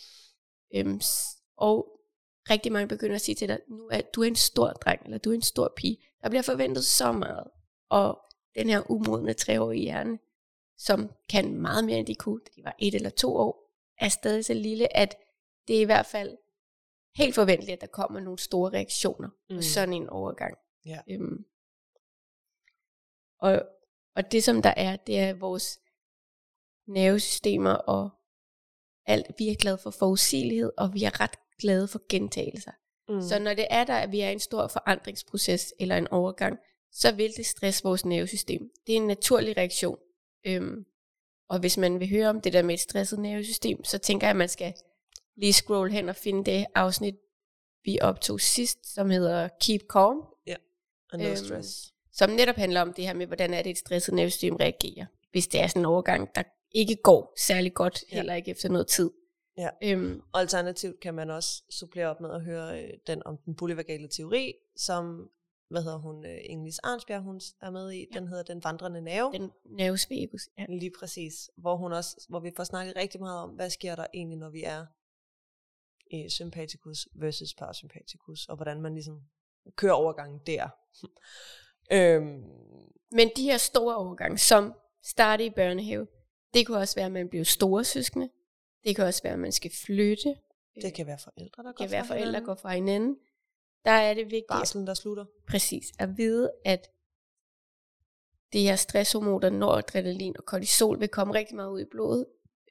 Og rigtig mange begynder at sige til dig, nu er du en stor dreng, eller du er en stor pige. Der bliver forventet så meget. Og den her umodne 3-årige hjerne, som kan meget mere end de kunne, da de var 1 eller 2 år, er stadig så lille, at det er i hvert fald helt forventeligt, at der kommer nogle store reaktioner på sådan en overgang. Ja. Og det som der er, det er vores nervesystemer og alt. Vi er glade for forudsigelighed, og vi er ret glade for gentagelser. Så når det er der, at vi er i en stor forandringsproces eller en overgang, så vil det stresse vores nervesystem. Det er en naturlig reaktion. Og hvis man vil høre om det der med et stresset nervesystem, så tænker jeg, at man skal lige scrolle hen og finde det afsnit, vi optog sidst, som hedder Keep Calm. Ja, og no stress. Som netop handler om det her med, hvordan er det et stresset nervesystem reagerer, hvis det er sådan en overgang, der ikke går særlig godt, heller ikke efter noget tid. Ja. Og alternativt kan man også supplere op med at høre den om den polyvagale teori, som, Inglis Arnsbjerg, hun er med i. Den hedder Den vandrende nerve. Den nervus vagus, ja. Lige præcis. Hvor vi får snakket rigtig meget om, hvad sker der egentlig, når vi er i sympaticus versus parasympaticus, og hvordan man ligesom kører overgangen der. Men de her store overgange, som starter i børnehave, det kan også være, at man bliver store søskende. Det kan også være, at man skal flytte. Det kan være forældre, der går fra hinanden. Der er det vigtigt. Barslen, der slutter. Præcis. At vide, at det her stresshormoner, noradrenalin og kortisol, vil komme rigtig meget ud i blodet.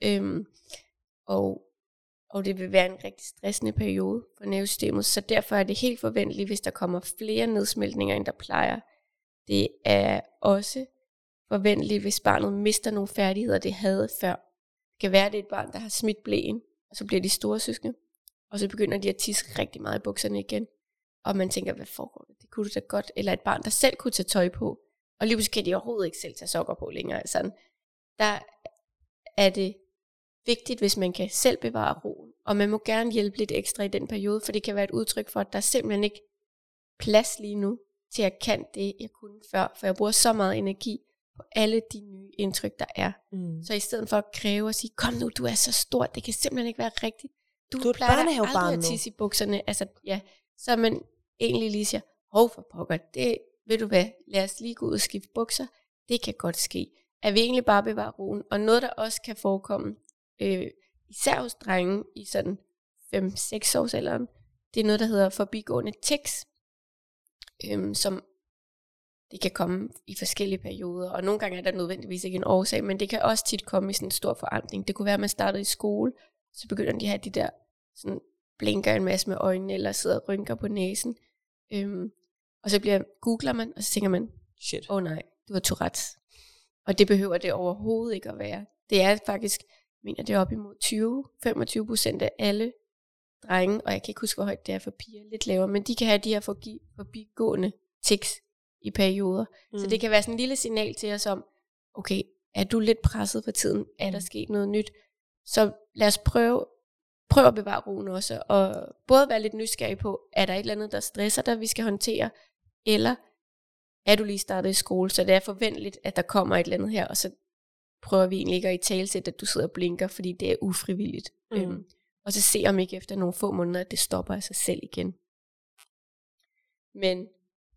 Og det vil være en rigtig stressende periode for nervesystemet. Så derfor er det helt forventeligt, hvis der kommer flere nedsmeltninger, end der plejer. Det er også forventeligt, hvis barnet mister nogle færdigheder, det havde før. Det kan være, at det er et barn, der har smidt blæen, og så bliver de store søskende. Og så begynder de at tiske rigtig meget i bukserne igen. Og man tænker, hvad foregår det? Det kunne du da godt. Eller et barn, der selv kunne tage tøj på. Og lige pludselig kan de overhovedet ikke selv tage sokker på længere. Sådan. Der er det vigtigt, hvis man kan selv bevare roen. Og man må gerne hjælpe lidt ekstra i den periode, for det kan være et udtryk for, at der simpelthen ikke plads lige nu til at kan det, jeg kunne før. For jeg bruger så meget energi på alle de nye indtryk, der er. Så i stedet for at kræve og sige, kom nu, du er så stor, det kan simpelthen ikke være rigtigt. Du plejer aldrig at tisse i bukserne. Altså, ja, så man egentlig lige siger, hov for pokker, det ved du hvad, lad os lige gå ud og skifte bukser. Det kan godt ske. At vi egentlig bare bevarer roen. Og noget, der også kan forekomme, især hos drenge i sådan 5-6 års alderen, det er noget, der hedder forbigående tics, som det kan komme i forskellige perioder, og nogle gange er der nødvendigvis ikke en årsag, men det kan også tit komme i sådan en stor forandring. Det kunne være, at man startede i skole, så begynder de at have de der, sådan blinker en masse med øjnene, eller sidder og rynker på næsen, og så googler man, og så tænker man, shit, nej, du har Tourette's. Og det behøver det overhovedet ikke at være. Det er faktisk, det er op imod 20-25% af alle drenge, og jeg kan ikke huske, hvor højt det er for piger, lidt lavere, men de kan have de her forbigående tics i perioder. Så det kan være sådan en lille signal til os om, okay, er du lidt presset for tiden? Er der sket noget nyt? Så lad os prøve at bevare roen også, og både være lidt nysgerrig på, er der et eller andet, der stresser dig, vi skal håndtere, eller er du lige startet i skole, så det er forventeligt, at der kommer et eller andet her, og så prøver vi egentlig ikke at italesætte, at du sidder og blinker, fordi det er ufrivilligt. Og så se om ikke efter nogle få måneder, at det stopper af sig selv igen. Men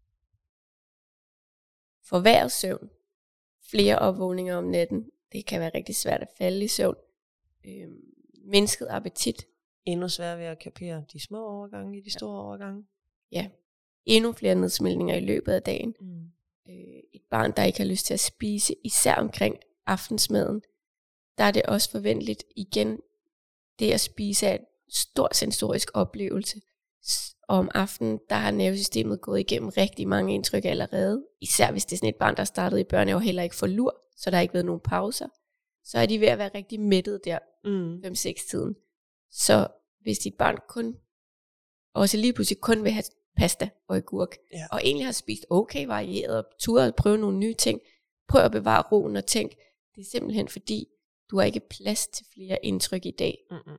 forværret søvn, flere opvågninger om natten, det kan være rigtig svært at falde i søvn. Mindsket appetit. Endnu sværere ved at kapere de små overgange i de store overgange. Ja, endnu flere nedsmeltninger i løbet af dagen. Et barn, der ikke har lyst til at spise, især omkring aftensmaden, der er det også forventeligt igen, det at spise er en stor sensorisk oplevelse. Og om aftenen, der har nervesystemet gået igennem rigtig mange indtryk allerede. Især hvis det er sådan et barn, der startede i børnehave og heller ikke får lur, så der har ikke været nogen pauser. Så er de ved at være rigtig mættet der 5-6 tiden. Så hvis dit barn også lige pludselig kun vil have pasta og agurk, og egentlig har spist okay varieret, og turet at prøve nogle nye ting, prøv at bevare roen og tænk, det er simpelthen fordi, du har ikke plads til flere indtryk i dag.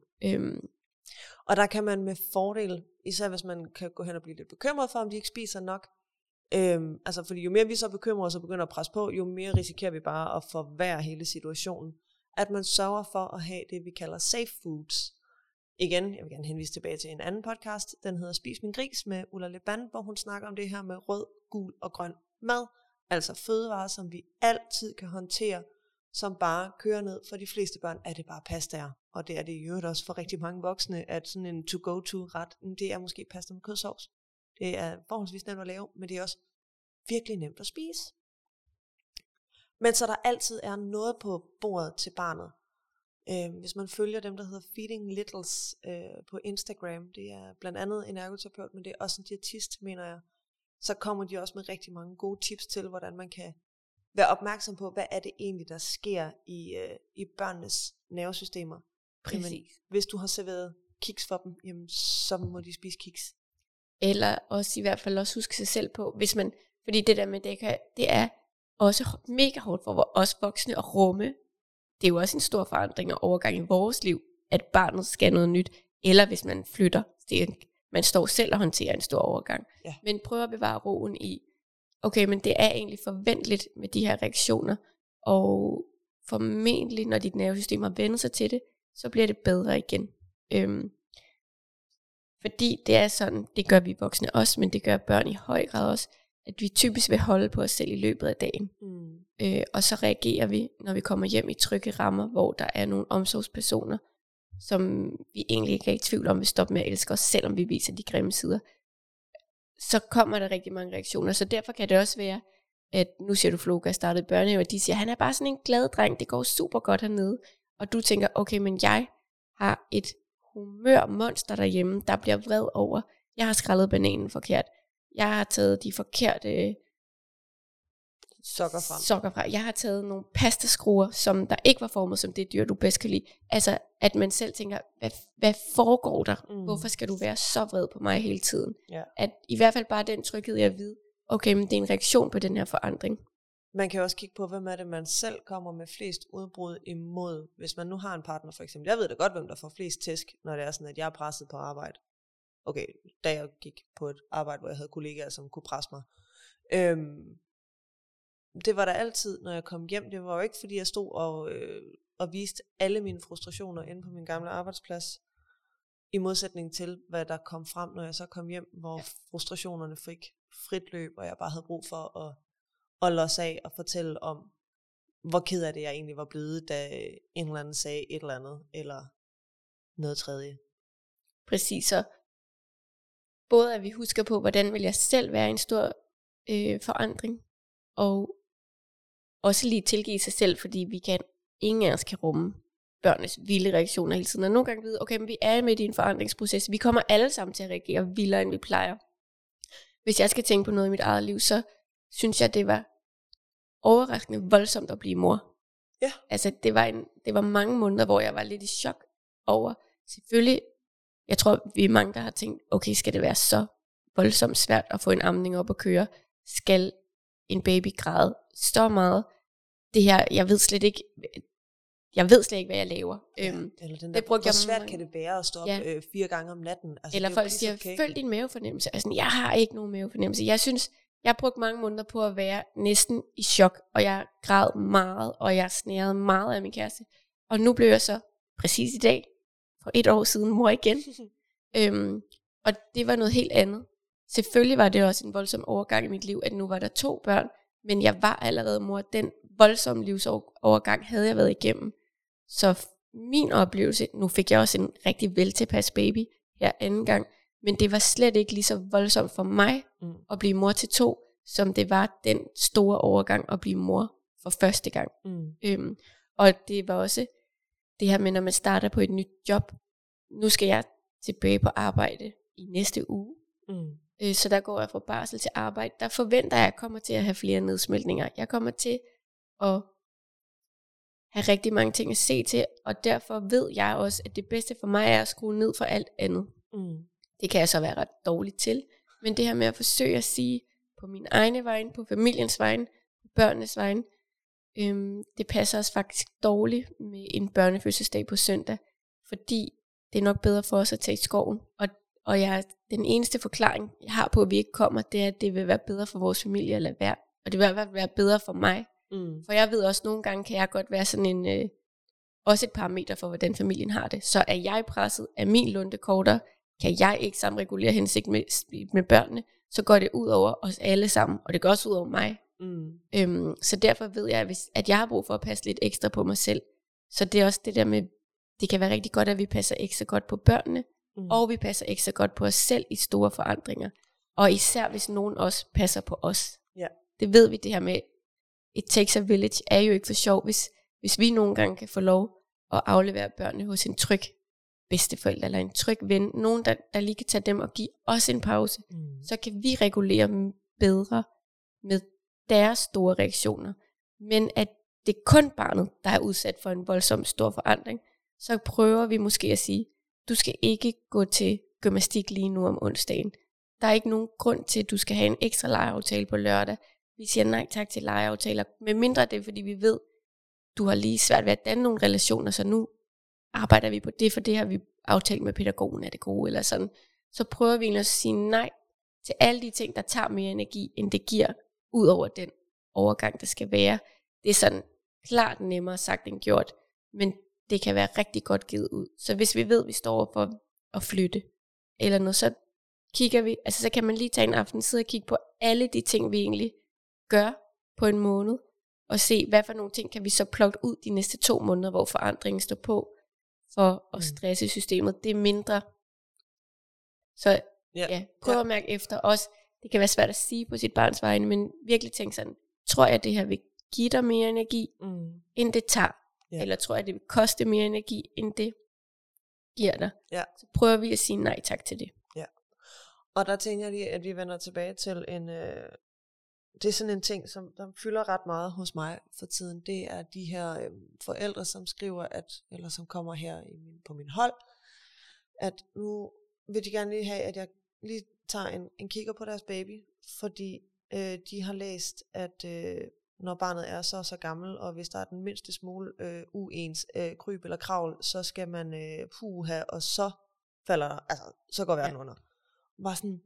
Og der kan man med fordel, især hvis man kan gå hen og blive lidt bekymret for, om de ikke spiser nok, fordi jo mere vi så bekymrer os og begynder at presse på, jo mere risikerer vi bare at forværre hele situationen. At man sørger for at have det, vi kalder safe foods. Igen, jeg vil gerne henvise tilbage til en anden podcast, den hedder Spis min gris med Ulla Leban, hvor hun snakker om det her med rød, gul og grøn mad. Altså fødevarer, som vi altid kan håndtere, som bare kører ned. For de fleste børn er det bare pastaer. Og det er det i øvrigt også for rigtig mange voksne, at sådan en to-go-to-ret, det er måske pasta med kødsovs. Det er forholdsvis nemt at lave, men det er også virkelig nemt at spise. Men så der altid er noget på bordet til barnet. Hvis man følger dem, der hedder Feeding Littles på Instagram, det er blandt andet en ergoterapeut, men det er også en diætist, mener jeg, så kommer de også med rigtig mange gode tips til, hvordan man kan være opmærksom på, hvad er det egentlig, der sker i børnenes nervesystemer. Præcis. Jamen, hvis du har serveret kiks for dem, jamen, så må de spise kiks. Eller også i hvert fald også huske sig selv på, hvis man, fordi det der med det er også mega hårdt for os voksne at rumme. Det er jo også en stor forandring og overgang i vores liv, at barnet skal noget nyt, eller hvis man flytter. Man står selv og håndterer en stor overgang. Ja. Men prøv at bevare roen i, okay, men det er egentlig forventeligt med de her reaktioner, og formentlig, når dit nervesystem har vendt sig til det, så bliver det bedre igen. Fordi det er sådan, det gør vi voksne også, men det gør børn i høj grad også, at vi typisk vil holde på os selv i løbet af dagen. Og så reagerer vi, når vi kommer hjem i trygge rammer, hvor der er nogle omsorgspersoner, som vi egentlig ikke er i tvivl om vil stoppe med at elske os, selvom vi viser de grimme sider. Så kommer der rigtig mange reaktioner. Så derfor kan det også være, at nu siger du, Floka startede i børnehave, og de siger, han er bare sådan en glad dreng, det går super godt hernede. Og du tænker, okay, men jeg har et humørmonster derhjemme, der bliver vred over, jeg har skrællet bananen forkert. Jeg har taget de forkerte sokker fra. Jeg har taget nogle pastaskruer, som der ikke var formet som det dyr, du bedst kan lide. Altså, at man selv tænker, hvad foregår der? Hvorfor skal du være så vred på mig hele tiden? Ja. At i hvert fald bare den tryghed, jeg ved, okay, men det er en reaktion på den her forandring. Man kan også kigge på, hvem er det, man selv kommer med flest udbrud imod. Hvis man nu har en partner, for eksempel. Jeg ved da godt, hvem der får flest tæsk, når det er sådan, at jeg er presset på arbejde. Okay, da jeg gik på et arbejde, hvor jeg havde kollegaer, som kunne presse mig. Det var der altid, når jeg kom hjem. Det var jo ikke, fordi jeg stod og viste alle mine frustrationer inde på min gamle arbejdsplads. I modsætning til, hvad der kom frem, når jeg så kom hjem, hvor frustrationerne fik frit løb, og jeg bare havde brug for at losse af og fortælle om, hvor ked af det jeg egentlig var blevet, da en eller anden sagde et eller andet, eller noget tredje. Præcis, så både at vi husker på, hvordan vil jeg selv være en stor forandring, og også lige tilgive sig selv, fordi vi kan, ingen af os kan rumme børnenes vilde reaktioner hele tiden, og nogle gange vide, okay, men vi er midt i en forandringsproces, vi kommer alle sammen til at reagere vildere, end vi plejer. Hvis jeg skal tænke på noget i mit eget liv, så synes jeg, det var overraskende voldsomt at blive mor. Ja. Altså, det var mange måneder, hvor jeg var lidt i chok over, selvfølgelig, jeg tror, vi er mange, der har tænkt, okay, skal det være så voldsomt svært at få en amning op at køre? Skal en baby græde så meget? Det her, jeg ved slet ikke, hvad jeg laver. Eller den der, hvor svært kan det være at stå op 4 gange om natten? Altså, eller folk siger, følg din mavefornemmelse. Altså, jeg har ikke nogen mavefornemmelse. Jeg synes, jeg har brugt mange måneder på at være næsten i chok, og jeg græd meget, og jeg snærede meget af min kæreste. Og nu blev jeg så, præcis i dag, for 1 år siden, mor igen. Og det var noget helt andet. Selvfølgelig var det også en voldsom overgang i mit liv, at nu var der 2 børn, men jeg var allerede mor. Den voldsomme livsovergang havde jeg været igennem. Så min oplevelse, nu fik jeg også en rigtig veltilpas baby her anden gang, men det var slet ikke lige så voldsomt for mig at blive mor til 2, som det var den store overgang at blive mor for første gang. Og det var også det her med, når man starter på et nyt job. Nu skal jeg tilbage på arbejde i næste uge. Så der går jeg fra barsel til arbejde. Der forventer jeg kommer til at have flere nedsmeltninger. Jeg kommer til at have rigtig mange ting at se til, og derfor ved jeg også, at det bedste for mig er at skrue ned for alt andet. Det kan jeg så være ret dårligt til, men det her med at forsøge at sige på min egne vegne, på familiens vegne, på børnenes vegne, det passer os faktisk dårligt med en børnefødselsdag på søndag, fordi det er nok bedre for os at tage i skoven, og den eneste forklaring, jeg har på, at vi ikke kommer, det er, at det vil være bedre for vores familie at lade være, og det vil være bedre for mig. For jeg ved også, at nogle gange kan jeg godt være sådan en, også et parameter for, hvordan familien har det. Så er jeg presset, er min lunte kortere, kan jeg ikke samregulere hensigt med børnene, så går det ud over os alle sammen, og det går også ud over mig. Så derfor ved jeg, at jeg har brug for at passe lidt ekstra på mig selv. Så det er også det der med, det kan være rigtig godt, at vi passer ekstra godt på børnene, og vi passer ekstra godt på os selv i store forandringer. Og især hvis nogen også passer på os. Ja. Det ved vi, det her med, it takes a village er jo ikke for sjov, hvis vi nogle gange kan få lov at aflevere børnene hos en tryg bedsteforælder, eller en tryg ven, nogen der lige kan tage dem og give os en pause, så kan vi regulere dem bedre med deres store reaktioner. Men at det er kun barnet, der er udsat for en voldsom stor forandring, så prøver vi måske at sige, du skal ikke gå til gymnastik lige nu om onsdagen. Der er ikke nogen grund til, at du skal have en ekstra legeaftale på lørdag. Vi siger nej tak til legeaftaler, med mindre det er, fordi vi ved, du har lige svært ved at danne nogle relationer, så nu arbejder vi på det, for det har vi aftalt med pædagogen, er det gode, eller sådan. Så prøver vi egentlig at sige nej til alle de ting, der tager mere energi, end det giver, ud over den overgang, der skal være. Det er sådan klart nemmere sagt end gjort, men det kan være rigtig godt givet ud. Så hvis vi ved, at vi står over for at flytte, eller noget, så kigger vi, altså så kan man lige tage en aften, sidde og kigge på alle de ting, vi egentlig gør på en måned, og se, hvad for nogle ting kan vi så plukke ud de næste 2 måneder, hvor forandringen står på, for at stresse systemet. Det er mindre. Så prøv at mærke efter også. Det kan være svært at sige på sit barns vegne, men virkelig tænk sådan, tror jeg, det her vil give dig mere energi, end det tager? Ja. Eller tror jeg, det vil koste mere energi, end det giver dig? Ja. Så prøver vi at sige nej tak til det. Ja. Og der tænker jeg lige, at vi vender tilbage til en... det er sådan en ting, som der fylder ret meget hos mig for tiden. Det er de her forældre, som skriver, eller som kommer her på min hold, at nu vil de gerne lige have, at jeg lige tager en kigger på deres baby, fordi de har læst, at når barnet er så gammel, og hvis der er den mindste smule uens kryb eller kravl, så skal man puha, og så falder der, altså så går verden under. Bare sådan,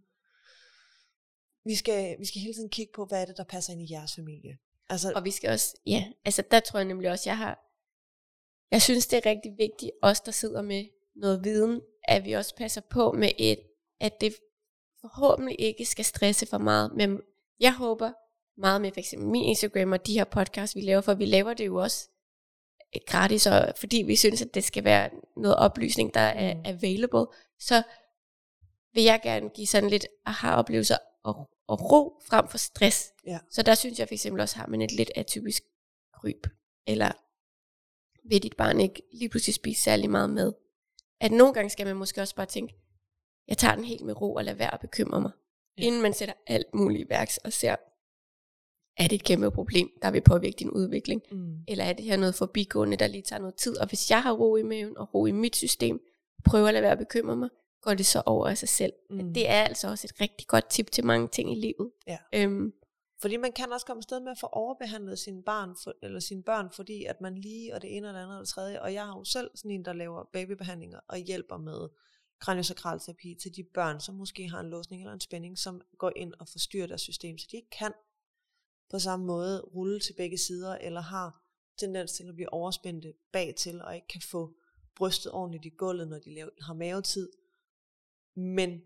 vi skal hele tiden kigge på, hvad er det, der passer ind i jeres familie. Altså, og vi skal også, altså der tror jeg nemlig også, jeg synes det er rigtig vigtigt, os der sidder med noget viden, at vi også passer på med at det forhåbentlig ikke skal stresse for meget. Men jeg håber meget med for eksempel min Instagram og de her podcasts, vi laver, for vi laver det jo også gratis, og fordi vi synes, at det skal være noget oplysning, der er available, så vil jeg gerne give sådan lidt aha-oplevelser og ro frem for stress. Ja. Så der synes jeg for eksempel også, har man et lidt atypisk kryb, eller vil dit barn ikke lige pludselig spise særlig meget med. At nogle gange skal man måske også bare tænke, jeg tager den helt med ro og lader være at bekymre mig. Ja. Inden man sætter alt muligt i værks og ser, er det et kæmpe problem, der vil påvirke din udvikling? Eller er det her noget forbigående, der lige tager noget tid? Og hvis jeg har ro i maven og ro i mit system, prøver at lade være at bekymre mig, går det så over af sig selv. Det er altså også et rigtig godt tip til mange ting i livet. Ja. Fordi man kan også komme afsted med at få overbehandlet sine børn, fordi at man lige, og det ene og det andet og det tredje, og jeg har jo selv sådan en, der laver babybehandlinger, og hjælper med kraniosakralterapi til de børn, som måske har en låsning eller en spænding, som går ind og forstyrrer deres system, så de ikke kan på samme måde rulle til begge sider, eller har tendens til at blive overspændte bagtil, og ikke kan få brystet ordentligt i gulvet, når de har mavetid. Men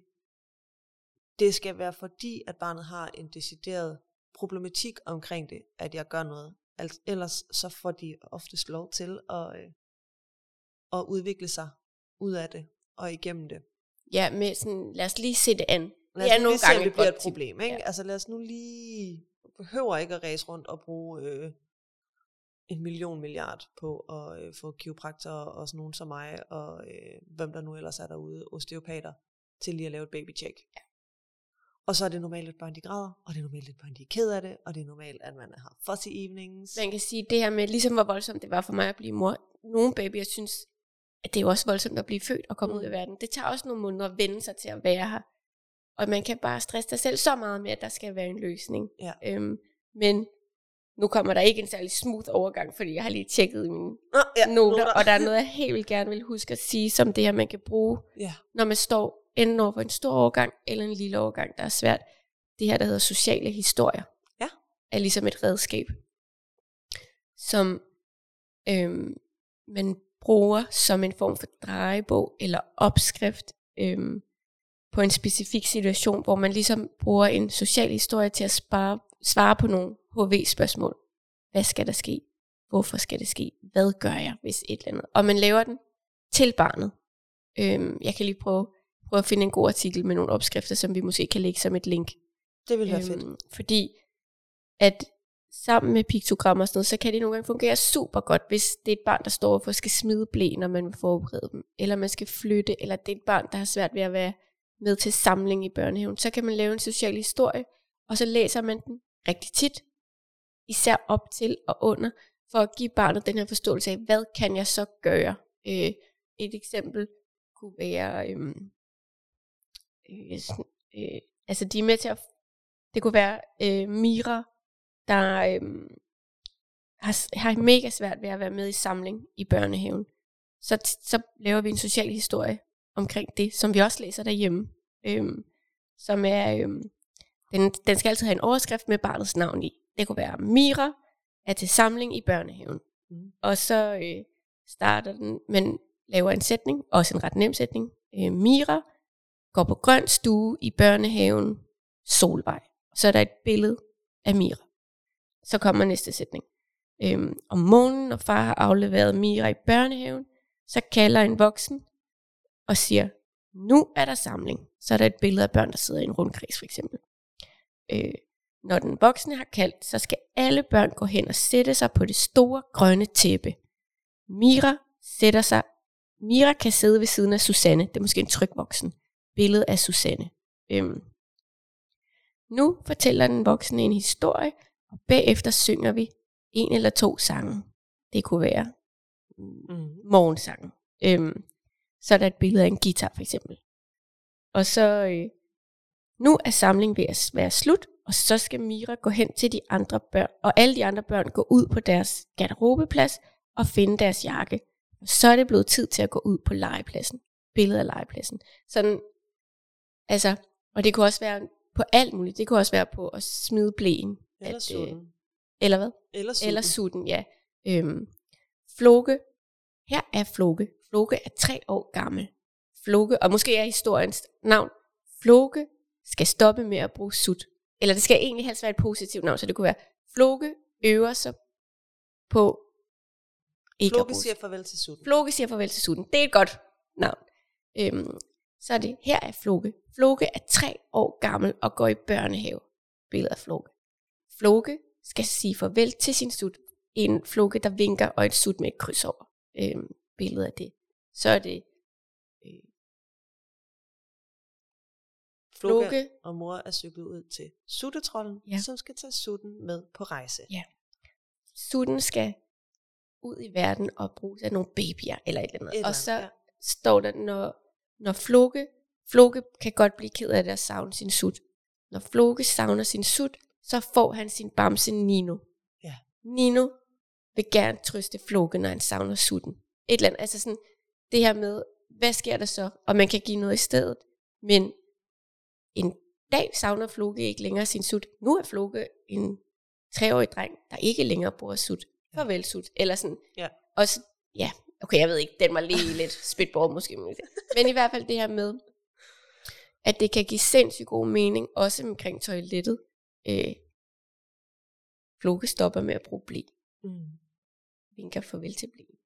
det skal være fordi, at barnet har en decideret problematik omkring det, at jeg gør noget. Ellers så får de oftest lov til at udvikle sig ud af det og igennem det. Ja, med sådan, lad os lige se det an. Lad os lige se, om det bliver et problem. Ikke? Ja. Altså lad os nu lige, behøver ikke at ræse rundt og bruge 1 milliard på at få kiropraktorer og sådan nogen som mig, og hvem der nu ellers er derude, osteopater, til lige at lave et babycheck. Ja. Og så er det normalt, at børn de græder, og det er normalt, at børn de er ked af det, og det er normalt, at man har fussy evenings. Man kan sige det her med, ligesom hvor voldsomt det var for mig at blive mor. Nogle babyer synes, at det er også voldsomt at blive født og komme ud af verden. Det tager også nogle måneder at vende sig til at være her. Og man kan bare stresse sig selv så meget med, at der skal være en løsning. Ja. Men nu kommer der ikke en særlig smooth overgang, fordi jeg har lige tjekket mine noter, og der er noget, jeg helt vil gerne vil huske at sige, som det her, man kan bruge, når man står enten over for en stor overgang, eller en lille overgang, der er svært. Det her, der hedder sociale historier, er ligesom et redskab, som man bruger som en form for drejebog, eller opskrift, på en specifik situation, hvor man ligesom bruger en social historie til at svare på nogle HV-spørgsmål. Hvad skal der ske? Hvorfor skal det ske? Hvad gør jeg, hvis et eller andet? Og man laver den til barnet. Jeg kan lige prøve at finde en god artikel med nogle opskrifter, som vi måske kan lægge som et link. Det vil være fedt. Fordi at sammen med piktogrammer og sådan noget, så kan det nogle gange fungere super godt, hvis det er et barn, der står for at skal smide blæ, når man vil forberede dem, eller man skal flytte, eller det er et barn, der har svært ved at være med til samling i børnehaven. Så kan man lave en social historie, og så læser man den rigtig tit, især op til og under, for at give barnet den her forståelse af, hvad kan jeg så gøre? Et eksempel kunne være, altså de er med til at, det kunne være Mira, der har mega svært ved at være med i samling i børnehaven. så laver vi en social historie omkring det, som vi også læser derhjemme. Som er, den skal altid have en overskrift med barnets navn i. Det kunne være, Mira er til samling i børnehaven. Og så starter den, man laver en sætning, også en ret nem sætning. Mira går på grøn stue i børnehaven Solvej. Så er der et billede af Mira. Så kommer næste sætning. Om morgenen, når far har afleveret Mira i børnehaven, så kalder en voksen og siger, nu er der samling. Så er der et billede af børn, der sidder i en rundkreds for eksempel. Når den voksne har kaldt, så skal alle børn gå hen og sætte sig på det store grønne tæppe. Mira kan sidde ved siden af Susanne. Det er måske en tryg voksen. Billede af Susanne. Nu fortæller den voksne en historie, og bagefter synger vi 1 eller 2 sange. Det kunne være morgensangen. Så er der et billede af en guitar for eksempel. Og så nu er samlingen ved at være slut, og så skal Mira gå hen til de andre børn, og alle de andre børn gå ud på deres garderobeplads og finde deres jakke. Og så er det blevet tid til at gå ud på legepladsen. Billede af legepladsen. Sådan, altså, og det kunne også være på alt muligt. Det kunne også være på at smide blæen. Eller sutten. Eller hvad? Eller sutten, ja. Floke. Her er Floke. Floke er 3 år gammel. Floke, og måske er historiens navn, Floke skal stoppe med at bruge sut. Eller det skal egentlig helst være et positivt navn, så det kunne være, Floke øver sig på ikke Floke siger farvel til sutten. Floke siger farvel til sutten. Det er et godt navn. Så er det, her er Floke. Floke er 3 år gammel og går i børnehave. Billede af Floke. Floke skal sige farvel til sin sut. En Floke, der vinker, og et sut med et kryds over. Billede af det. Så er det Floke og mor er cyklet ud til suttetrolden, som skal tage sutten med på rejse. Ja. Sutten skal ud i verden og bruges af nogle babyer eller et eller andet. Og så står der, når Floke kan godt blive ked af det at savne sin sut. Når Floke savner sin sut, så får han sin bamse Nino. Ja. Nino vil gerne trøste Floke, når han savner sutten. Et eller andet, altså sådan, det her med, hvad sker der så? Og man kan give noget i stedet. Men en dag savner Floke ikke længere sin sut. Nu er Floke en 3-årig dreng, der ikke længere bruger sut. Farvel sut. Eller sådan. Ja. Og så, ja, okay, jeg ved ikke, den var lige lidt spitball måske. Men i hvert fald det her med, at det kan give sindssygt god mening, også omkring toilettet. Floke stopper med at bruge ble. Vinker farvel til ble.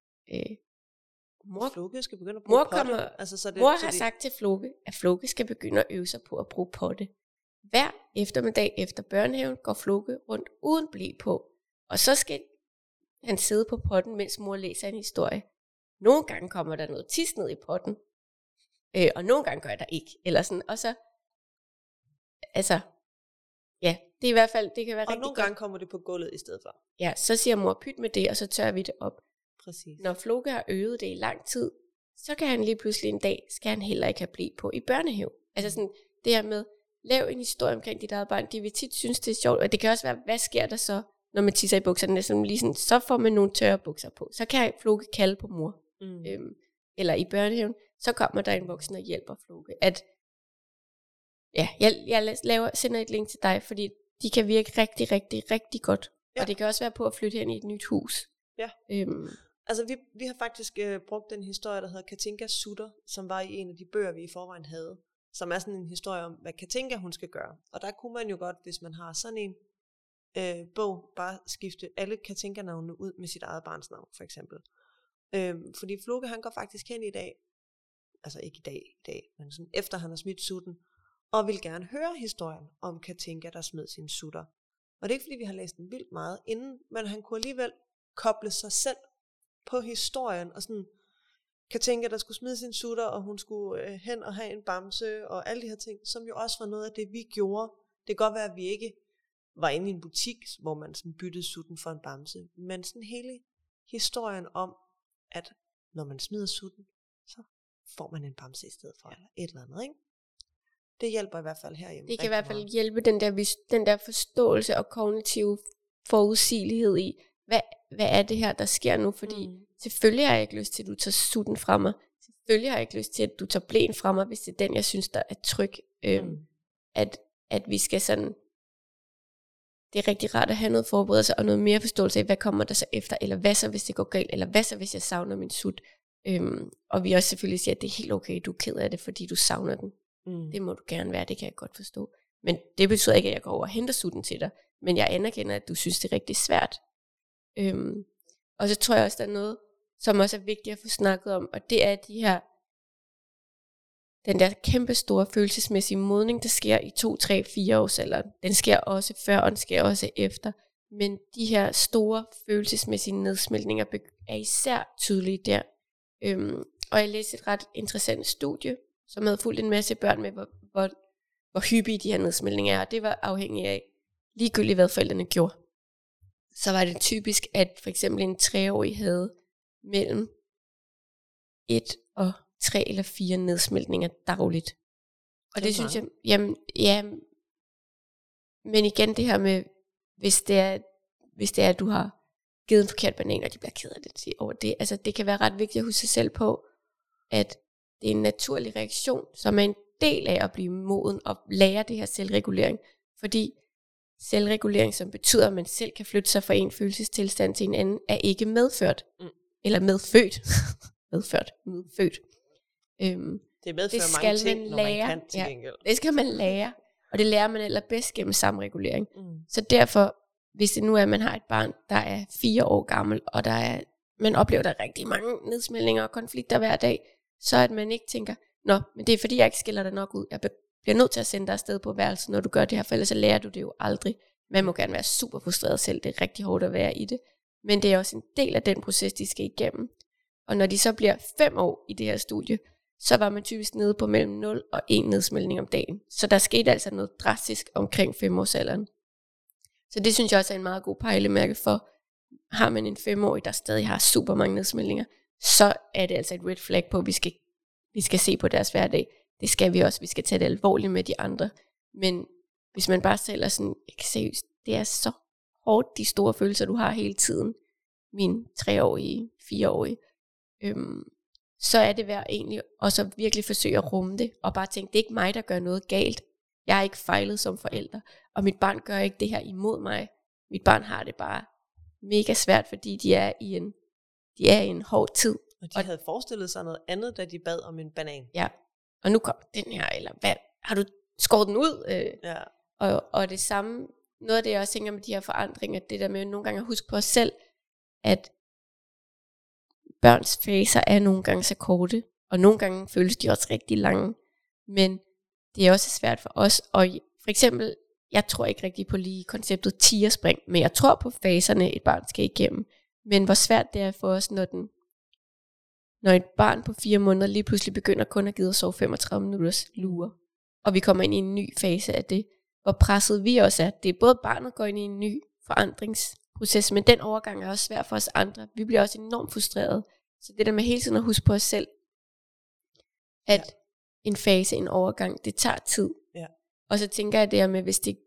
Floke skal begynde at bruge potte. Mor har sagt til Floke, at Floke skal begynde at øve sig på at bruge potte. Hver eftermiddag efter børnehaven går Floke rundt uden ble på. Og så skal han sidde på potten, mens mor læser en historie. Nogle gange kommer der noget tis ned i potten. Og nogle gange gør der ikke. Eller sådan. Og så, altså, ja, det er i hvert fald, det kan være og rigtig nogle gange kommer det på gulvet i stedet for. Ja, så siger mor, pyt med det, og så tørrer vi det op. Præcis. Når Floke har øvet det i lang tid, så kan han lige pludselig en dag, skal han heller ikke have ble på i børnehave. Altså sådan, det her med, lav en historie omkring dit eget barn, de vil tit synes, det er sjovt, og det kan også være, hvad sker der så, når man tisser i bukserne, sådan, lige sådan, så får man nogle tørre bukser på, så kan Floke kalde på mor. Eller i børnehaven, så kommer der en voksen og hjælper Floke. At, ja, jeg sender et link til dig, fordi de kan virke rigtig, rigtig, rigtig godt. Ja. Og det kan også være på at flytte hen i et nyt hus. Ja. Altså vi har faktisk brugt den historie, der hedder Katinkas sutter, som var i en af de bøger, vi i forvejen havde. Som er sådan en historie om, hvad Katinka hun skal gøre. Og der kunne man jo godt, hvis man har sådan en bog, bare skifte alle Katinka-navnene ud med sit eget barns navn, for eksempel. Fordi Floke, han går faktisk hen i dag, altså ikke i dag, men sådan efter han har smidt sutten, og vil gerne høre historien om Katinka, der smed sine sutter. Og det er ikke fordi, vi har læst den vildt meget inden, men han kunne alligevel koble sig selv på historien, og sådan, Katinka, der skulle smide sine sutter, og hun skulle hen og have en bamse, og alle de her ting, som jo også var noget af det, vi gjorde. Det kan godt være, at vi ikke var inde i en butik, hvor man sådan byttede sutten for en bamse, men sådan hele historien om, at når man smider sutten, så får man en bamse i stedet for, eller et eller andet, ikke? Det hjælper i hvert fald herhjemme. Det kan i hvert fald hjælpe den der forståelse og kognitiv forudsigelighed i, hvad er det her, der sker nu? Fordi selvfølgelig har jeg ikke lyst til, at du tager sutten fra mig. Selvfølgelig har jeg ikke lyst til, at du tager blæen fra mig, hvis det er den, jeg synes, der er tryg. At vi skal sådan, det er rigtig rart at have noget forberedelse og noget mere forståelse af, hvad kommer der så efter, eller hvad så, hvis det går galt, eller hvad så, hvis jeg savner min sut. Og vi også selvfølgelig siger, at det er helt okay, du er ked af det, fordi du savner den. Det må du gerne være, det kan jeg godt forstå. Men det betyder ikke, at jeg går over og henter sutten til dig. Men jeg anerkender, at du synes, det er rigtig svært. Og så tror jeg også, der er noget, som også er vigtigt at få snakket om, og det er den der kæmpe store følelsesmæssige modning, der sker i 2, 3, 4 års alderen. Den sker også før, og den sker også efter. Men de her store følelsesmæssige nedsmeltninger er især tydelige der. Og jeg læste et ret interessant studie, som havde fulgt en masse børn med, hvor hyppige de her nedsmeltninger er. Og det var afhængigt af ligegyldigt, hvad forældrene gjorde. Så var det typisk, at for eksempel en 3-årig havde mellem 1 og 3 eller 4 nedsmeltninger dagligt. Og det synes jeg, men igen det her med, hvis det er, at du har givet en forkert banan, og de bliver ked af det over det. Altså det kan være ret vigtigt at huske sig selv på, at det er en naturlig reaktion, som er en del af at blive moden og lære det her selvregulering. Fordi selvregulering, som betyder, at man selv kan flytte sig fra en følelsestilstand til en anden, er ikke medfødt. Eller medfødt. medfødt. Det medfører mange ting, når man kan til gengæld. Det skal man lære. Og det lærer man allerbedst gennem samregulering. Så derfor, hvis det nu er, at man har et barn, der er 4 år gammel, og man oplever, der er rigtig mange nedsmeltninger og konflikter hver dag, så at man ikke tænker, men det er fordi, jeg ikke skiller dig nok ud. Jeg bliver nødt til at sende dig afsted på værelset, når du gør det her, for ellers så lærer du det jo aldrig. Man må gerne være super frustreret selv, det er rigtig hårdt at være i det. Men det er også en del af den proces, de skal igennem. Og når de så bliver 5 år i det her studie, så var man typisk nede på mellem 0 og 1 nedsmeltning om dagen. Så der skete altså noget drastisk omkring 5-årsalderen. Så det synes jeg også er en meget god pejlemærke for, har man en 5-årig, der stadig har super mange nedsmeltninger, så er det altså et red flag på, at vi skal se på deres hverdag. Det skal vi også. Vi skal tage det alvorligt med de andre. Men hvis man bare selv er sådan, ikke seriøst, det er så hårdt, de store følelser, du har hele tiden. Min 3-årige, 4-årige. Så er det værd egentlig også virkelig forsøge at rumme det, og bare tænke, det er ikke mig, der gør noget galt. Jeg har ikke fejlet som forælder, og mit barn gør ikke det her imod mig. Mit barn har det bare mega svært, fordi de er i en hård tid. Og de havde forestillet sig noget andet, da de bad om en banan. Ja, og nu kom den her, eller hvad, har du skåret den ud? Ja. Og det samme, noget af det jeg også tænker med de her forandringer, det der med nogle gange at huske på os selv, at børns faser er nogle gange så korte, og nogle gange føles de også rigtig lange, men det er også svært for os, og for eksempel, jeg tror ikke rigtig på lige konceptet tigerspring, men jeg tror på faserne, et barn skal igennem, men hvor svært det er for os, når et barn på 4 måneder lige pludselig begynder kun at give at sove 35 minutters lure, og vi kommer ind i en ny fase af det, hvor presset vi også er. Det er både barnet går ind i en ny forandringsproces, men den overgang er også svær for os andre. Vi bliver også enormt frustrerede. Så det der med hele tiden at huske på os selv, at en fase, en overgang, det tager tid. Ja. Og så tænker jeg det her med,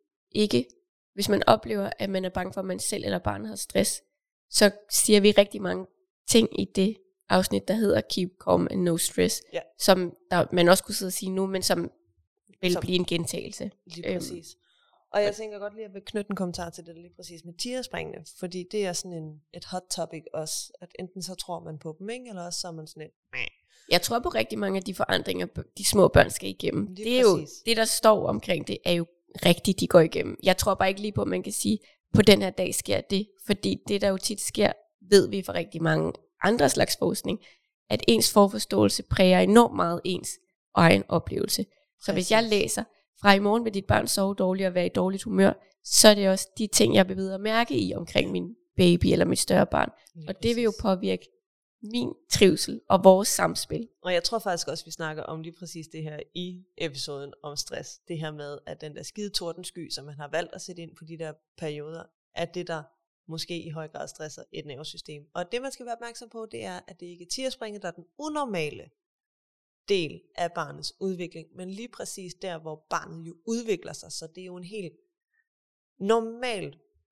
hvis man oplever, at man er bange for, at man selv eller barnet har stress, så siger vi rigtig mange ting i det afsnit, der hedder Keep Calm and No Stress, som man også kunne sidde og sige nu, men som vil blive en gentagelse. Lige præcis. Og jeg tænker godt lige at knytte en kommentar til det lige præcis med tigerspringene, fordi det er sådan et hot topic også, at enten så tror man på dem, ikke? Eller også så er man sådan et Jeg tror på rigtig mange af de forandringer, de små børn skal igennem. Det er jo det, der står omkring det, er jo rigtigt, de går igennem. Jeg tror bare ikke lige på, at man kan sige, på den her dag sker det, fordi det, der jo tit sker, ved vi for rigtig mange andre slags forskning, at ens forforståelse præger enormt meget ens egen oplevelse. Så hvis jeg læser, fra i morgen vil dit barn sove dårligt og være i dårligt humør, så er det også de ting, jeg vil vide at mærke i omkring min baby eller mit større barn. Og det vil jo påvirke min trivsel og vores samspil. Og jeg tror faktisk også, vi snakker om lige præcis det her i episoden om stress. Det her med, at den der skide tordensky, som man har valgt at sætte ind på de der perioder, er det, der måske i høj grad stresser et nervesystem. Og det, man skal være opmærksom på, det er, at det ikke er tigerspringet, der er den unormale del af barnets udvikling, men lige præcis der, hvor barnet jo udvikler sig, så det er jo en helt normal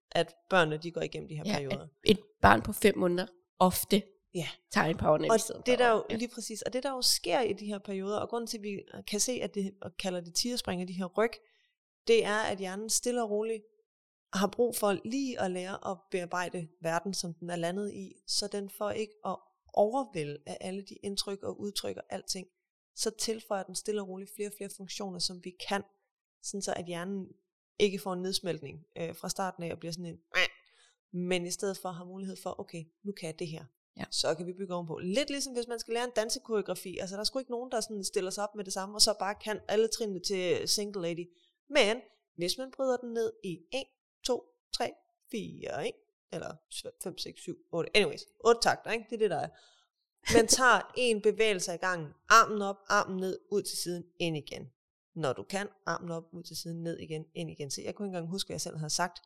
at børnene de går igennem de her perioder. Et barn på 5 måneder ofte tager en powernap i stedet. Og det der jo lige præcis, og det der jo sker i de her perioder, og grunden til at vi kan se, at det og kalder det tigerspring af de her ryg, det er, at hjernen stille og roligt har brug for lige at lære at bearbejde verden, som den er landet i, så den får ikke at overvælde af alle de indtryk og udtryk og alting, så tilføjer den stille og roligt flere og flere funktioner, som vi kan, sådan så at hjernen ikke får en nedsmeltning fra starten af og bliver sådan en, men i stedet for har mulighed for, okay, nu kan jeg det her. Ja. Så kan vi bygge ovenpå. Lidt ligesom hvis man skal lære en dansekoreografi, altså der er sgu ikke nogen, der sådan stiller sig op med det samme, og så bare kan alle trinene til Single Lady. Men hvis man bryder den ned i 1, 2, 3, 4, 1, eller 5, 6, 7, 8, anyways, 8 takter, ikke? Det er det, der er. Man tager en bevægelse i gangen, armen op, armen ned, ud til siden, ind igen. Når du kan, armen op, ud til siden, ned igen, ind igen. Så jeg kunne ikke engang huske, hvad jeg selv havde sagt.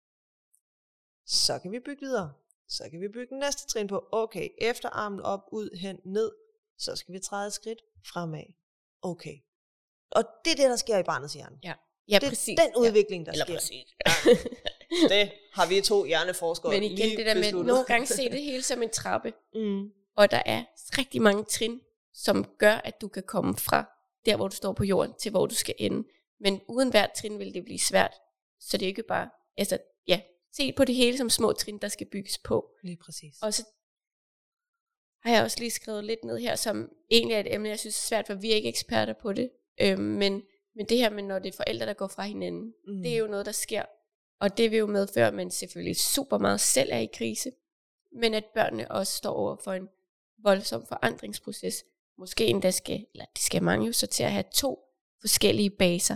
Så kan vi bygge videre. Så kan vi bygge næste trin på, okay, efter armen op, ud, hen, ned, så skal vi træde et skridt fremad. Okay. Og det er det, der sker i barnets hjerne. Ja, det er præcis. Den udvikling, der Eller sker. Præcis. Det har vi 2 hjerneforskere Men igen lige det der med, besluttet. nogle gange se det hele som en trappe. Og der er rigtig mange trin, som gør, at du kan komme fra der, hvor du står på jorden, til hvor du skal ende. Men uden hvert trin vil det blive svært. Så det er ikke bare, altså se på det hele som små trin, der skal bygges på. Lige præcis. Og så har jeg også lige skrevet lidt ned her, som egentlig er et emne, jeg synes er svært, for vi er ikke eksperter på det. Men det her med, når det er forældre, der går fra hinanden, det er jo noget, der sker. Og det vil jo medføre, at man selvfølgelig super meget selv er i krise, men at børnene også står over for en voldsom forandringsproces. Måske endda skal mange jo så til at have 2 forskellige baser.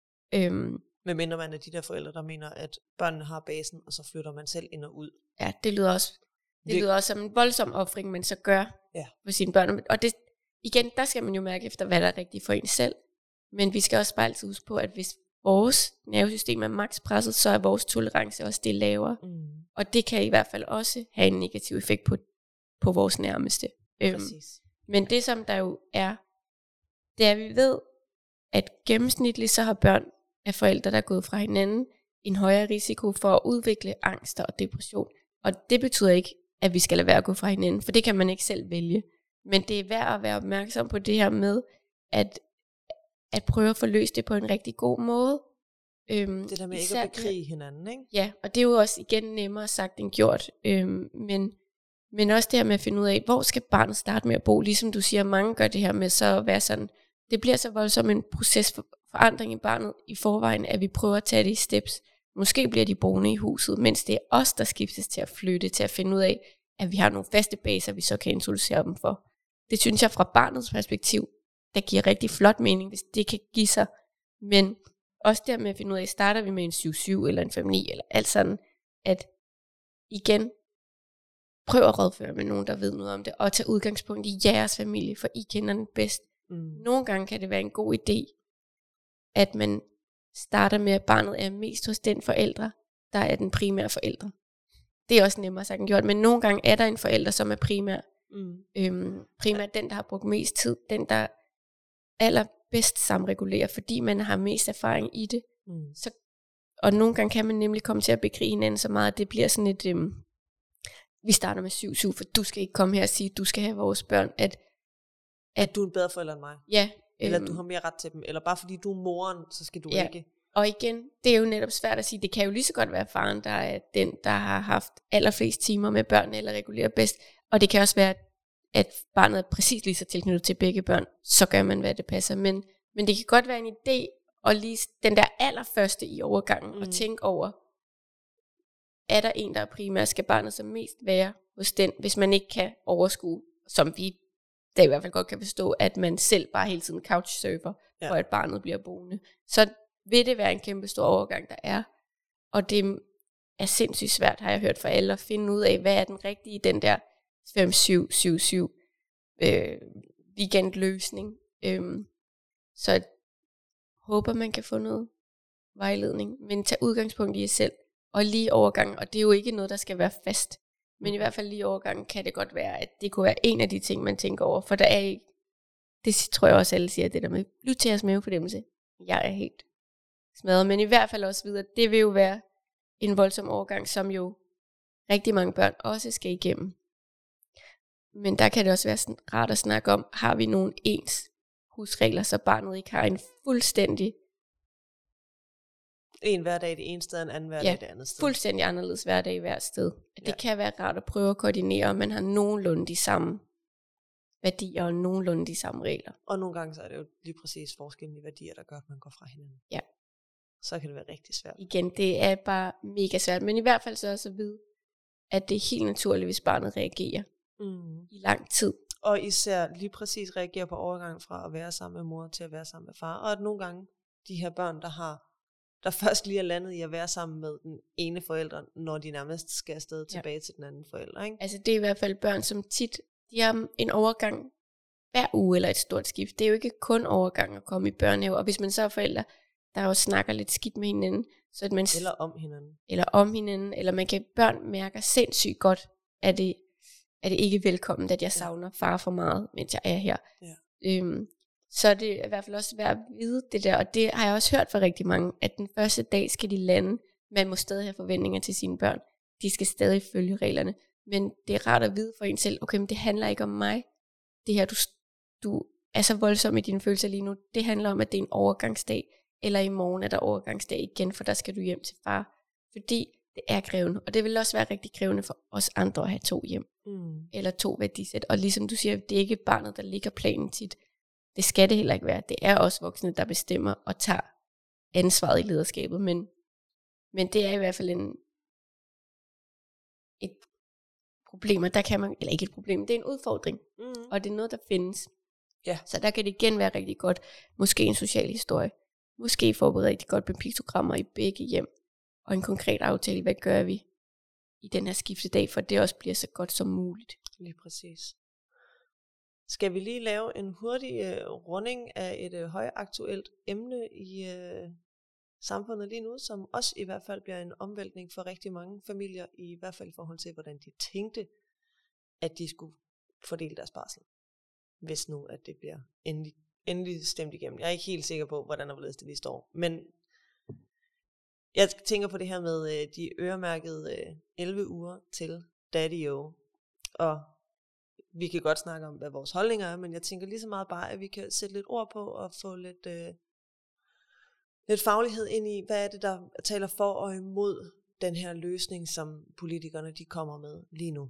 Men mindre man er de der forældre, der mener, at børnene har basen, og så flytter man selv ind og ud. Ja, det lyder også som en voldsom ofring, man så gør for sine børn. Og det, igen, der skal man jo mærke efter, hvad der er rigtigt for en selv. Men vi skal også bare altid huske på, at hvis vores nervesystem er maks presset, så er vores tolerance også det lavere. Og det kan i hvert fald også have en negativ effekt på vores nærmeste. Men det som der jo er, det er, at vi ved, at gennemsnitligt så har børn af forældre, der er gået fra hinanden, en højere risiko for at udvikle angster og depression. Og det betyder ikke, at vi skal lade være at gå fra hinanden, for det kan man ikke selv vælge. Men det er værd at være opmærksom på det her med, at prøve at få løst det på en rigtig god måde. Det der med ikke at bekrige hinanden, ikke? Ja, og det er jo også igen nemmere sagt end gjort. Men også det her med at finde ud af, hvor skal barnet starte med at bo? Ligesom du siger, mange gør det her med så at være sådan, det bliver så voldsomt en proces for forandring i barnet i forvejen, at vi prøver at tage det i steps. Måske bliver de boende i huset, mens det er os, der skiftes til at flytte, til at finde ud af, at vi har nogle faste baser, vi så kan introducere dem for. Det synes jeg fra barnets perspektiv, der giver rigtig flot mening, hvis det kan give sig. Men også der med at finde ud af, starter vi med en 7-7 eller en 5-9, eller alt sådan, at igen, prøv at rådføre med nogen, der ved noget om det, og tage udgangspunkt i jeres familie, for I kender den bedst. Nogle gange kan det være en god idé, at man starter med, at barnet er mest hos den forældre, der er den primære forældre. Det er også nemmere sagt end gjort, men nogle gange er der en forælder, som er primær. Primært den, der har brugt mest tid, den, der allerbedst samregulerer, fordi man har mest erfaring i det. Så, og nogle gange kan man nemlig komme til at bekrige hinanden så meget, at det bliver sådan et, vi starter med 7-7, for du skal ikke komme her og sige, at du skal have vores børn, at du er en bedre forælder end mig. Ja. Eller du har mere ret til dem, eller bare fordi du er moren, så skal du ikke. Og igen, det er jo netop svært at sige, det kan jo lige så godt være faren, der er den, der har haft allerflest timer med børnene, eller regulerer bedst. Og det kan også være, at barnet er præcis lige så tilknyttet til begge børn, så gør man, hvad det passer. Men det kan godt være en idé, at lige den der allerførste i overgangen, og tænke over, er der en, der er primær, skal barnet så mest være hos den, hvis man ikke kan overskue, som vi der i hvert fald godt kan forstå, at man selv bare hele tiden couchsurfer, for at barnet bliver boende. Så vil det være en kæmpe stor overgang, der er. Og det er sindssygt svært, har jeg hørt fra alle, at finde ud af, hvad er den rigtige, den der 5-7-7-7 weekendløsning. Så jeg håber, man kan få noget vejledning, men tag udgangspunkt i jer selv, og lige overgangen, og det er jo ikke noget, der skal være fast. Men i hvert fald lige overgangen kan det godt være, at det kunne være en af de ting, man tænker over. For der er ikke, det tror jeg også alle siger, det der med, lyt til jeres mavefornemmelse. Jeg er helt smadret, men i hvert fald også videre, det vil jo være en voldsom overgang, som jo rigtig mange børn også skal igennem. Men der kan det også være sådan rart at snakke om, har vi nogle ens husregler, så barnet ikke har en fuldstændig en hverdag det ene sted, en anden hverdag det andet sted. Fuldstændig anderledes hverdag i hvert sted. Det kan være rart at prøve at koordinere, om man har nogenlunde de samme værdier og nogenlunde de samme regler. Og nogle gange så er det jo lige præcis forskellen i værdier, der gør, at man går fra hinanden. Ja. Så kan det være rigtig svært. Igen, det er bare mega svært, men i hvert fald så også at vide, at det er helt naturligt, hvis barnet reagerer i lang tid. Og især lige præcis reagerer på overgang fra at være sammen med mor til at være sammen med far. Og at nogle gange de her børn, der først lige er landet i at være sammen med den ene forælder, når de nærmest skal afsted tilbage til den anden forælder. Ikke? Altså det er i hvert fald børn, som tit, de har en overgang hver uge eller et stort skift. Det er jo ikke kun overgang at komme i børnehave. Og hvis man så er forældre, der jo snakker lidt skidt med hinanden, så at man eller om hinanden, eller man kan, børn mærker sindssygt godt, at det ikke velkomment, at jeg savner far for meget, mens jeg er her. Ja. Så det er i hvert fald også værd at vide det der, og det har jeg også hørt fra rigtig mange, at den første dag skal de lande. Man må stadig have forventninger til sine børn. De skal stadig følge reglerne. Men det er rart at vide for en selv, okay, men det handler ikke om mig. Det her, du er så voldsom i dine følelser lige nu. Det handler om, at det er en overgangsdag, eller i morgen er der overgangsdag igen, for der skal du hjem til far. Fordi det er krævende, og det vil også være rigtig krævende for os andre at have 2 hjem. Eller 2 værdisæt. Og ligesom du siger, det er ikke barnet, der ligger planen tit. Det skal det heller ikke være. Det er også voksne, der bestemmer og tager ansvaret i lederskabet. Men det er i hvert fald et problem, og der kan man, eller ikke et problem, det er en udfordring. Og det er noget, der findes. Ja. Så der kan det igen være rigtig godt. Måske en social historie. Måske forberede rigtig godt med piktogrammer i begge hjem. Og en konkret aftale, hvad gør vi i den her skiftedag, for det også bliver så godt som muligt. Lige præcis. Skal vi lige lave en hurtig runding af et højaktuelt emne i samfundet lige nu, som også i hvert fald bliver en omvæltning for rigtig mange familier, i hvert fald i forhold til, hvordan de tænkte, at de skulle fordele deres barsel. Hvis nu, at det bliver endelig stemt igennem. Jeg er ikke helt sikker på, hvordan og hvorledes det lige står. Men jeg tænker på det her med de øremærkede 11 uger til Daddy-O. Og vi kan godt snakke om, hvad vores holdninger er, men jeg tænker lige så meget bare, at vi kan sætte lidt ord på og få lidt faglighed ind i, hvad er det, der taler for og imod den her løsning, som politikerne de kommer med lige nu.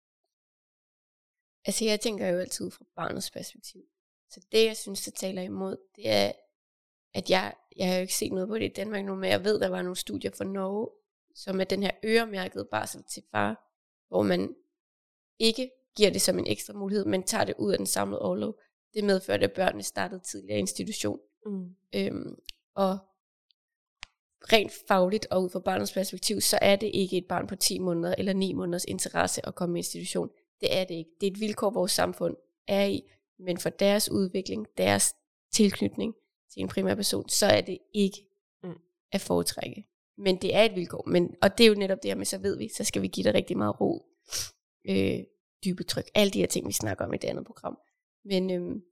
Altså jeg tænker jo altid fra barnets perspektiv. Så det jeg synes, der taler imod, det er, at jeg har jo ikke set noget på det i Danmark nu, men jeg ved, der var nogle studier fra Norge, som er den her øremærkede barsel til far, hvor man ikke giver det som en ekstra mulighed, men tager det ud af den samlede orlov. Det medførte, at børnene startede tidligere i institution. Og rent fagligt og ud fra barnets perspektiv, så er det ikke et barn på 10 måneder eller 9 måneders interesse at komme i institution. Det er det ikke. Det er et vilkår, vores samfund er i, men for deres udvikling, deres tilknytning til en primær person, så er det ikke at foretrække. Men det er et vilkår. Og det er jo netop det her med, så ved vi, så skal vi give det rigtig meget ro. Dybe tryk. Alle de her ting, vi snakker om i det andet program. Men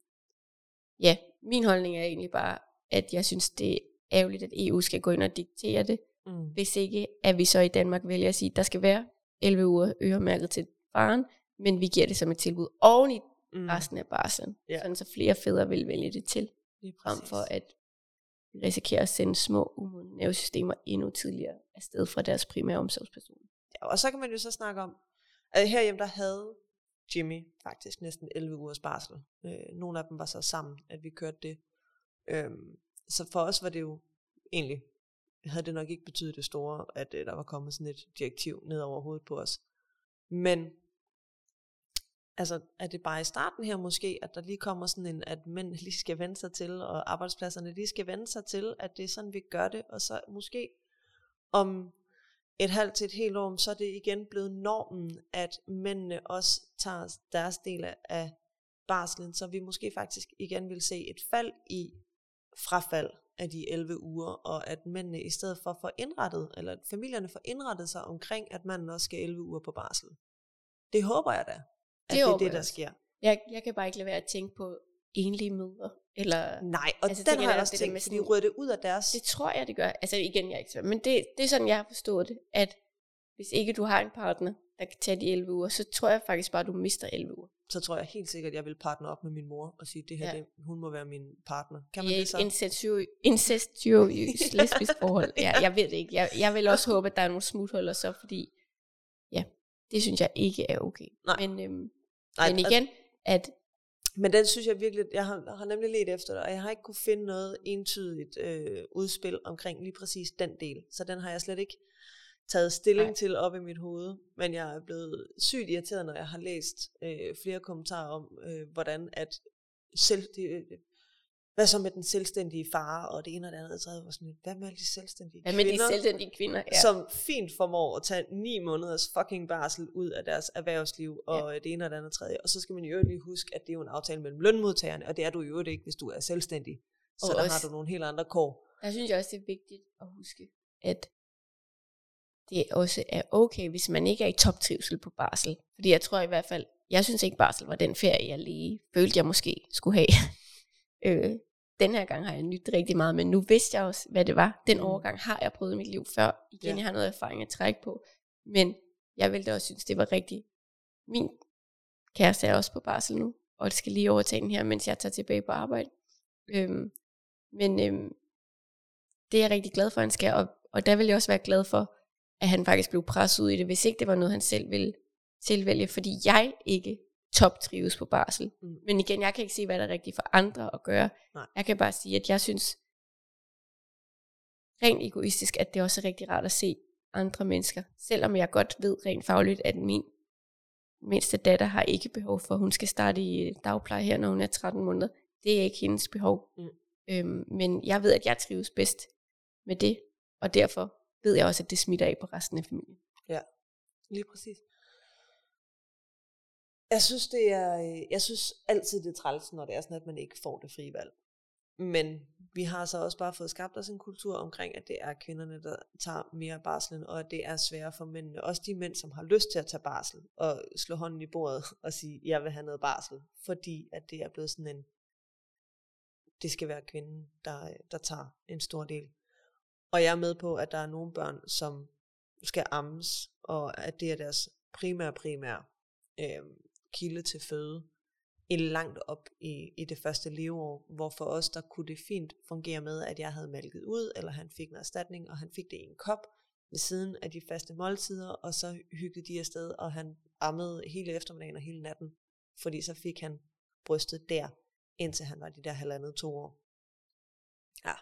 min holdning er egentlig bare, at jeg synes, det er ærgerligt, at EU skal gå ind og diktere det. Hvis ikke, at vi så i Danmark vælger at sige, at der skal være 11 uger øremærket til faren, men vi giver det som et tilbud oven i resten af barslen. Sådan så flere fædre vil vælge det til. Frem for at vi risikerer at sende små umodne nervesystemer endnu tidligere afsted fra deres primære omsorgsperson. Ja, og så kan man jo så snakke om, at herhjemme der havde Jimmy faktisk næsten 11 ugers barsel. Nogle af dem var så sammen, at vi kørte det. Så for os var det jo egentlig, havde det nok ikke betydet det store, at der var kommet sådan et direktiv ned over hovedet på os. Men altså, er det bare i starten her måske, at der lige kommer sådan en, at mænd lige skal vende sig til, og arbejdspladserne lige skal vende sig til, at det er sådan, vi gør det, og så måske om et halvt til et helt år, så er det igen blevet normen, at mændene også tager deres del af barslen, så vi måske faktisk igen vil se et fald i frafald af de 11 uger, og at mændene i stedet for får indrettet, eller at familierne får indrettet sig omkring, at manden også skal 11 uger på barsel. Det håber jeg da, at det er det, der sker. Jeg kan bare ikke lade være at tænke på enlige mødre, Eller, nej, og altså, den har jeg også tænkt, fordi rydder det ud af deres... Det tror jeg, det gør. Altså igen, jeg er ikke så, men det er sådan, jeg har forstået det, at hvis ikke du har en partner, der kan tage de 11 uger, så tror jeg faktisk bare, du mister 11 uger. Så tror jeg helt sikkert, at jeg vil partner op med min mor og sige, det her, hun må være min partner. Kan man det så? Incestuøs lesbisk forhold. Ja, jeg ved det ikke. Jeg vil også håbe, at der er nogle smuthuller så, fordi det synes jeg ikke er okay. Nej. Men igen, at... Men den synes jeg virkelig, jeg har nemlig let efter det, og jeg har ikke kunne finde noget entydigt udspil omkring lige præcis den del. Så den har jeg slet ikke taget stilling til op i mit hoved. Men jeg er blevet sygt irriteret, når jeg har læst flere kommentarer om, hvordan at hvad så med den selvstændige far, og det ene og det andet, og sådan, hvad med alle de selvstændige kvinder? Hvad med de selvstændige kvinder, som fint formår at tage 9 måneders fucking barsel ud af deres erhvervsliv, og det ene og det andet tredje. Og så skal man jo lige huske, at det er jo en aftale mellem lønmodtagerne, og det er du jo ikke, hvis du er selvstændig. Så og der også, har du nogle helt andre kår. Der synes jeg også, det er vigtigt at huske, at det også er okay, hvis man ikke er i toptrivsel på barsel. Fordi jeg tror i hvert fald, jeg synes ikke barsel var den ferie, jeg lige følte, jeg måske skulle have. Den her gang har jeg nydt rigtig meget, men nu vidste jeg også, hvad det var. Den overgang har jeg prøvet i mit liv før. Igen, jeg har noget erfaring at trække på. Men jeg ville da også synes, det var rigtigt. Min kæreste er også på barsel nu, og det skal lige overtage den her, mens jeg tager tilbage på arbejde. Men det er jeg rigtig glad for, han skal. Og der vil jeg også være glad for, at han faktisk blev presset ud i det, hvis ikke det var noget, han selv ville tilvælge. Fordi jeg ikke toptrives på barsel. Men igen, jeg kan ikke se, hvad der er rigtigt for andre at gøre. Nej. Jeg kan bare sige, at jeg synes rent egoistisk, at det også er rigtig rart at se andre mennesker. Selvom jeg godt ved rent fagligt, at min mindste datter har ikke behov for, at hun skal starte i dagpleje her, når hun er 13 måneder. Det er ikke hendes behov. Men jeg ved, at jeg trives bedst med det, og derfor ved jeg også, at det smitter af på resten af familien. Ja, lige præcis. Jeg synes altid det er træls, når det er sådan, at man ikke får det frie valg. Men vi har så også bare fået skabt os en kultur omkring, at det er kvinderne, der tager mere barslen, og at det er sværere for mændene. Også de mænd, som har lyst til at tage barsel, og slå hånden i bordet og sige, jeg vil have noget barsel. Fordi at det er blevet sådan en, det skal være kvinden, der tager en stor del. Og jeg er med på, at der er nogle børn, som skal ammes, og at det er deres primære kilde til føde langt op i det første leveår, hvor for os der kunne det fint fungere med, at jeg havde malket ud, eller han fik en erstatning, og han fik det i en kop ved siden af de faste måltider, og så hyggede de afsted, og han ammede hele eftermiddagen og hele natten, fordi så fik han brystet der, indtil han var de der 1,5-2 år. Ja,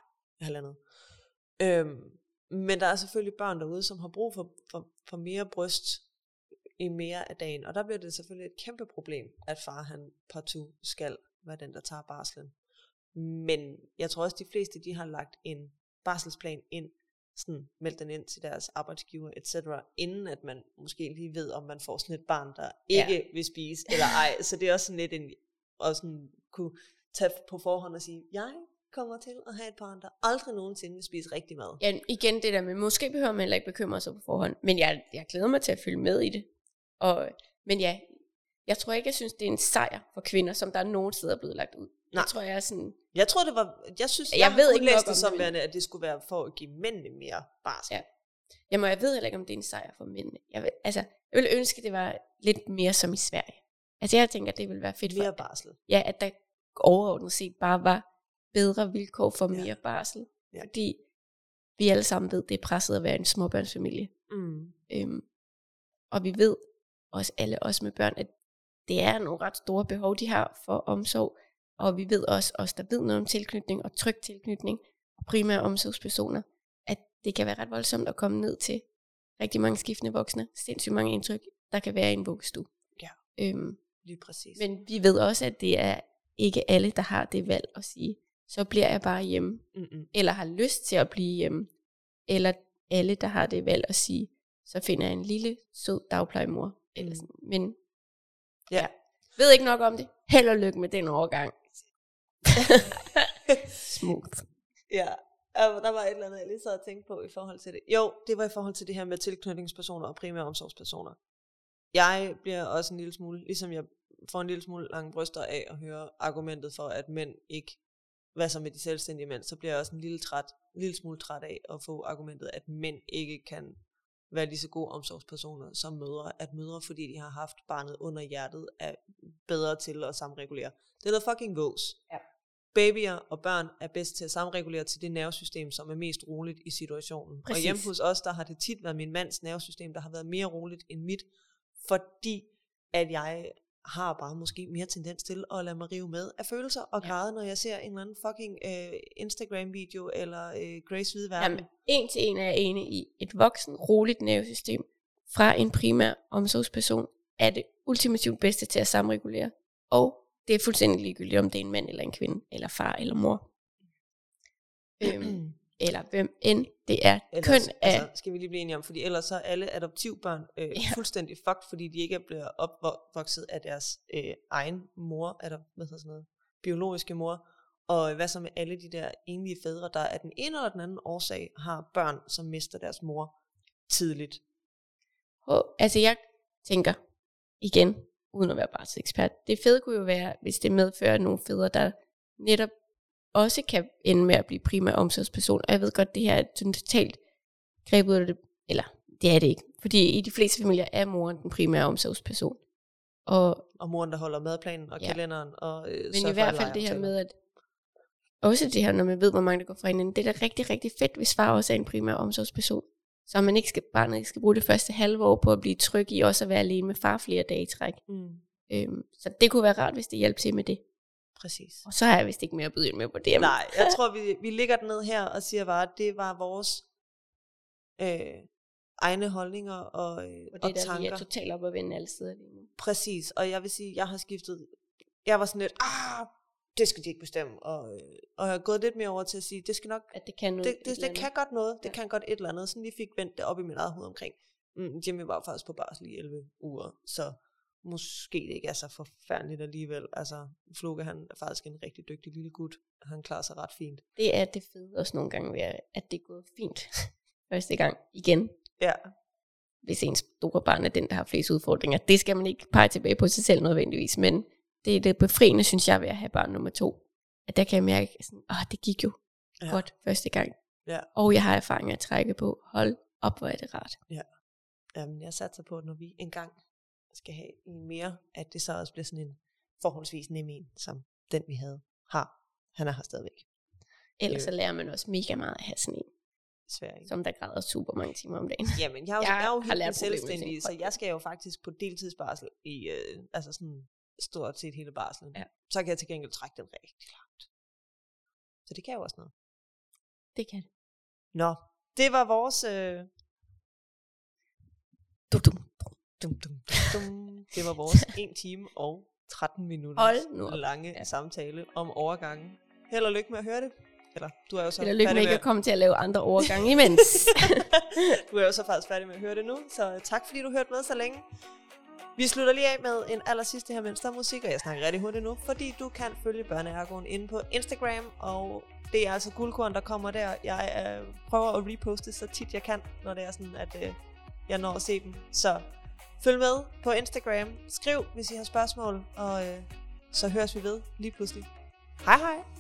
1,5. Men der er selvfølgelig børn derude, som har brug for mere bryst i mere af dagen, og der bliver det selvfølgelig et kæmpe problem, at far han partout skal være den, der tager barslen. Men jeg tror også, de fleste, de har lagt en barselsplan ind, sådan meldt den ind til deres arbejdsgiver, etc., inden at man måske lige ved, om man får sådan et barn, der ikke vil spise, eller ej. Så det er også sådan lidt at sådan kunne tage på forhånd og sige, jeg kommer til at have et barn, der aldrig nogensinde vil spise rigtig mad. Ja, igen det der med, måske behøver man heller ikke bekymre sig på forhånd, men jeg glæder mig til at følge med i det. Men ja, jeg tror ikke, jeg synes, det er en sejr for kvinder, som der er nogen steder blevet lagt ud. Nej. Jeg tror, jeg er sådan... Jeg ved ikke læst det som værende, at det skulle være for at give mændene mere barsel. Ja. Jamen, jeg ved heller ikke, om det er en sejr for mændene. Jeg vil ønske, at det var lidt mere som i Sverige. Altså, jeg tænker, at det ville være fedt mere barsel. Ja, at der overordnet set bare var bedre vilkår for mere barsel. Ja. Fordi vi alle sammen ved, det er presset at være en småbørnsfamilie. Og vi ved også alle os med børn, at det er nogle ret store behov, de har for omsorg. Og vi ved også, os der ved noget om tilknytning og tryg tilknytning, og primære omsorgspersoner, at det kan være ret voldsomt at komme ned til rigtig mange skiftende voksne, sindssygt mange indtryk, der kan være i en vuggestue. Ja, lige præcis. Men vi ved også, at det er ikke alle, der har det valg at sige, så bliver jeg bare hjemme, eller har lyst til at blive hjemme, eller alle, der har det valg at sige, så finder jeg en lille, sød dagplejemor, eller sådan. Men ja, ved ikke nok om det. Held og lykke med den overgang. Smooth. Ja, der var et eller andet, jeg lige sad og tænkte på i forhold til det. Jo, det var i forhold til det her med tilknytningspersoner og primære omsorgspersoner. Jeg bliver også en lille smule, ligesom jeg får en lille smule lange bryster af at høre argumentet for, at mænd ikke hvad så med de selvstændige mænd, så bliver jeg også en lille smule træt af at få argumentet, at mænd ikke kan være lige så gode omsorgspersoner som mødre. At mødre, fordi de har haft barnet under hjertet, er bedre til at samregulere. Det er noget fucking vås. Ja. Babyer og børn er bedst til at samregulere til det nervesystem, som er mest roligt i situationen. Præcis. Og hjemme hos os, der har det tit været min mands nervesystem, der har været mere roligt end mit, fordi at jeg har bare måske mere tendens til at lade mig rive med af følelser og græde, når jeg ser en eller anden fucking Instagram-video eller Grace Hvide Verden. Jamen, en til en er jeg enig i. Et voksen, roligt nervesystem fra en primær omsorgsperson er det ultimativt bedste til at samregulere. Og det er fuldstændig ligegyldigt, om det er en mand eller en kvinde, eller far eller mor. Eller hvem end det er. Ellers, køn af... Altså, skal vi lige blive enige om, fordi ellers så er alle adoptivbørn fuldstændig fucked, fordi de ikke bliver opvokset af deres egen mor, hvad hedder sådan noget, biologiske mor. Og hvad så med alle de der enlige fædre, der af den ene eller den anden årsag har børn, som mister deres mor tidligt? Altså jeg tænker, igen, uden at være barselsekspert, det fede kunne jo være, hvis det medfører nogle fædre, der netop også kan ende med at blive primær omsorgsperson. Og jeg ved godt, det her er sådan totalt grebet ud af det, eller det er det ikke. Fordi i de fleste familier er moren den primære omsorgsperson. Og moren, der holder madplanen og kalenderen. Og, men i hvert fald det her med, at også det her, når man ved, hvor mange der går fra hinanden, det er da rigtig, rigtig fedt, hvis far også er en primær omsorgsperson. Så man barnet ikke skal bruge det første halve år på at blive tryg i også at være alene med far flere dage i træk. Så det kunne være rart, hvis det hjælper til med det. Præcis. Og så har jeg vist ikke mere at byde ind med på det. Nej, jeg tror, vi ligger den ned her og siger bare, at det var vores egne holdninger og det tanker. Og det er totalt op at vende alle steder lige nu. Præcis, og jeg vil sige, jeg har skiftet, jeg var sådan lidt, det skal de ikke bestemme, og jeg har gået lidt mere over til at sige, det skal nok, at det kan noget. Det kan godt noget, det kan godt et eller andet, sådan lige fik vendt det op i mit eget hoved omkring. Jimmy var faktisk på barsel i 11 uger, så måske det ikke er så forfærdeligt alligevel. Altså, Floke, han er faktisk en rigtig dygtig lille gut. Han klarer sig ret fint. Det er det fede også nogle gange ved, at det er gået fint første gang igen. Ja. Hvis ens store barn er den, der har flest udfordringer. Det skal man ikke pege tilbage på sig selv nødvendigvis, men det er det befriende, synes jeg, ved at have barn nummer 2. At der kan jeg mærke, sådan, det gik jo godt første gang. Ja. Og jeg har erfaring at trække på. Hold op, hvor er det rart. Ja. Jamen, jeg satser på, at når vi engang skal have en mere, at det så også bliver sådan en forholdsvis nem en, som den vi har. Han er her stadigvæk. Ellers så lærer man også mega meget at have sådan en. Sverige. Som der græder super mange timer om dagen. Jamen, jeg er jo helt selvstændig, så jeg skal jo faktisk på deltidsbarsel i, altså sådan stort set hele barslen. Ja. Så kan jeg til gengæld trække den rigtig langt. Så det kan jo også noget. Det kan det. Nå, det var vores... Det var vores 1 time og 13 minutter lange samtale om overgangen. Held og lykke med at høre det. Eller du er jo så færdig med... Held og lykke med ikke at komme til at lave andre overgange imens. Du er jo så faktisk færdig med at høre det nu, så tak fordi du hørte med så længe. Vi slutter lige af med en allersidste her, mens der er musik, og jeg snakker rigtig hurtigt nu, fordi du kan følge Børneergoen inde på Instagram, og det er altså guldkorn, der kommer der. Jeg prøver at reposte så tit jeg kan, når det er sådan, at jeg når at se dem. Så følg med på Instagram, skriv hvis I har spørgsmål, og så høres vi ved lige pludselig. Hej hej!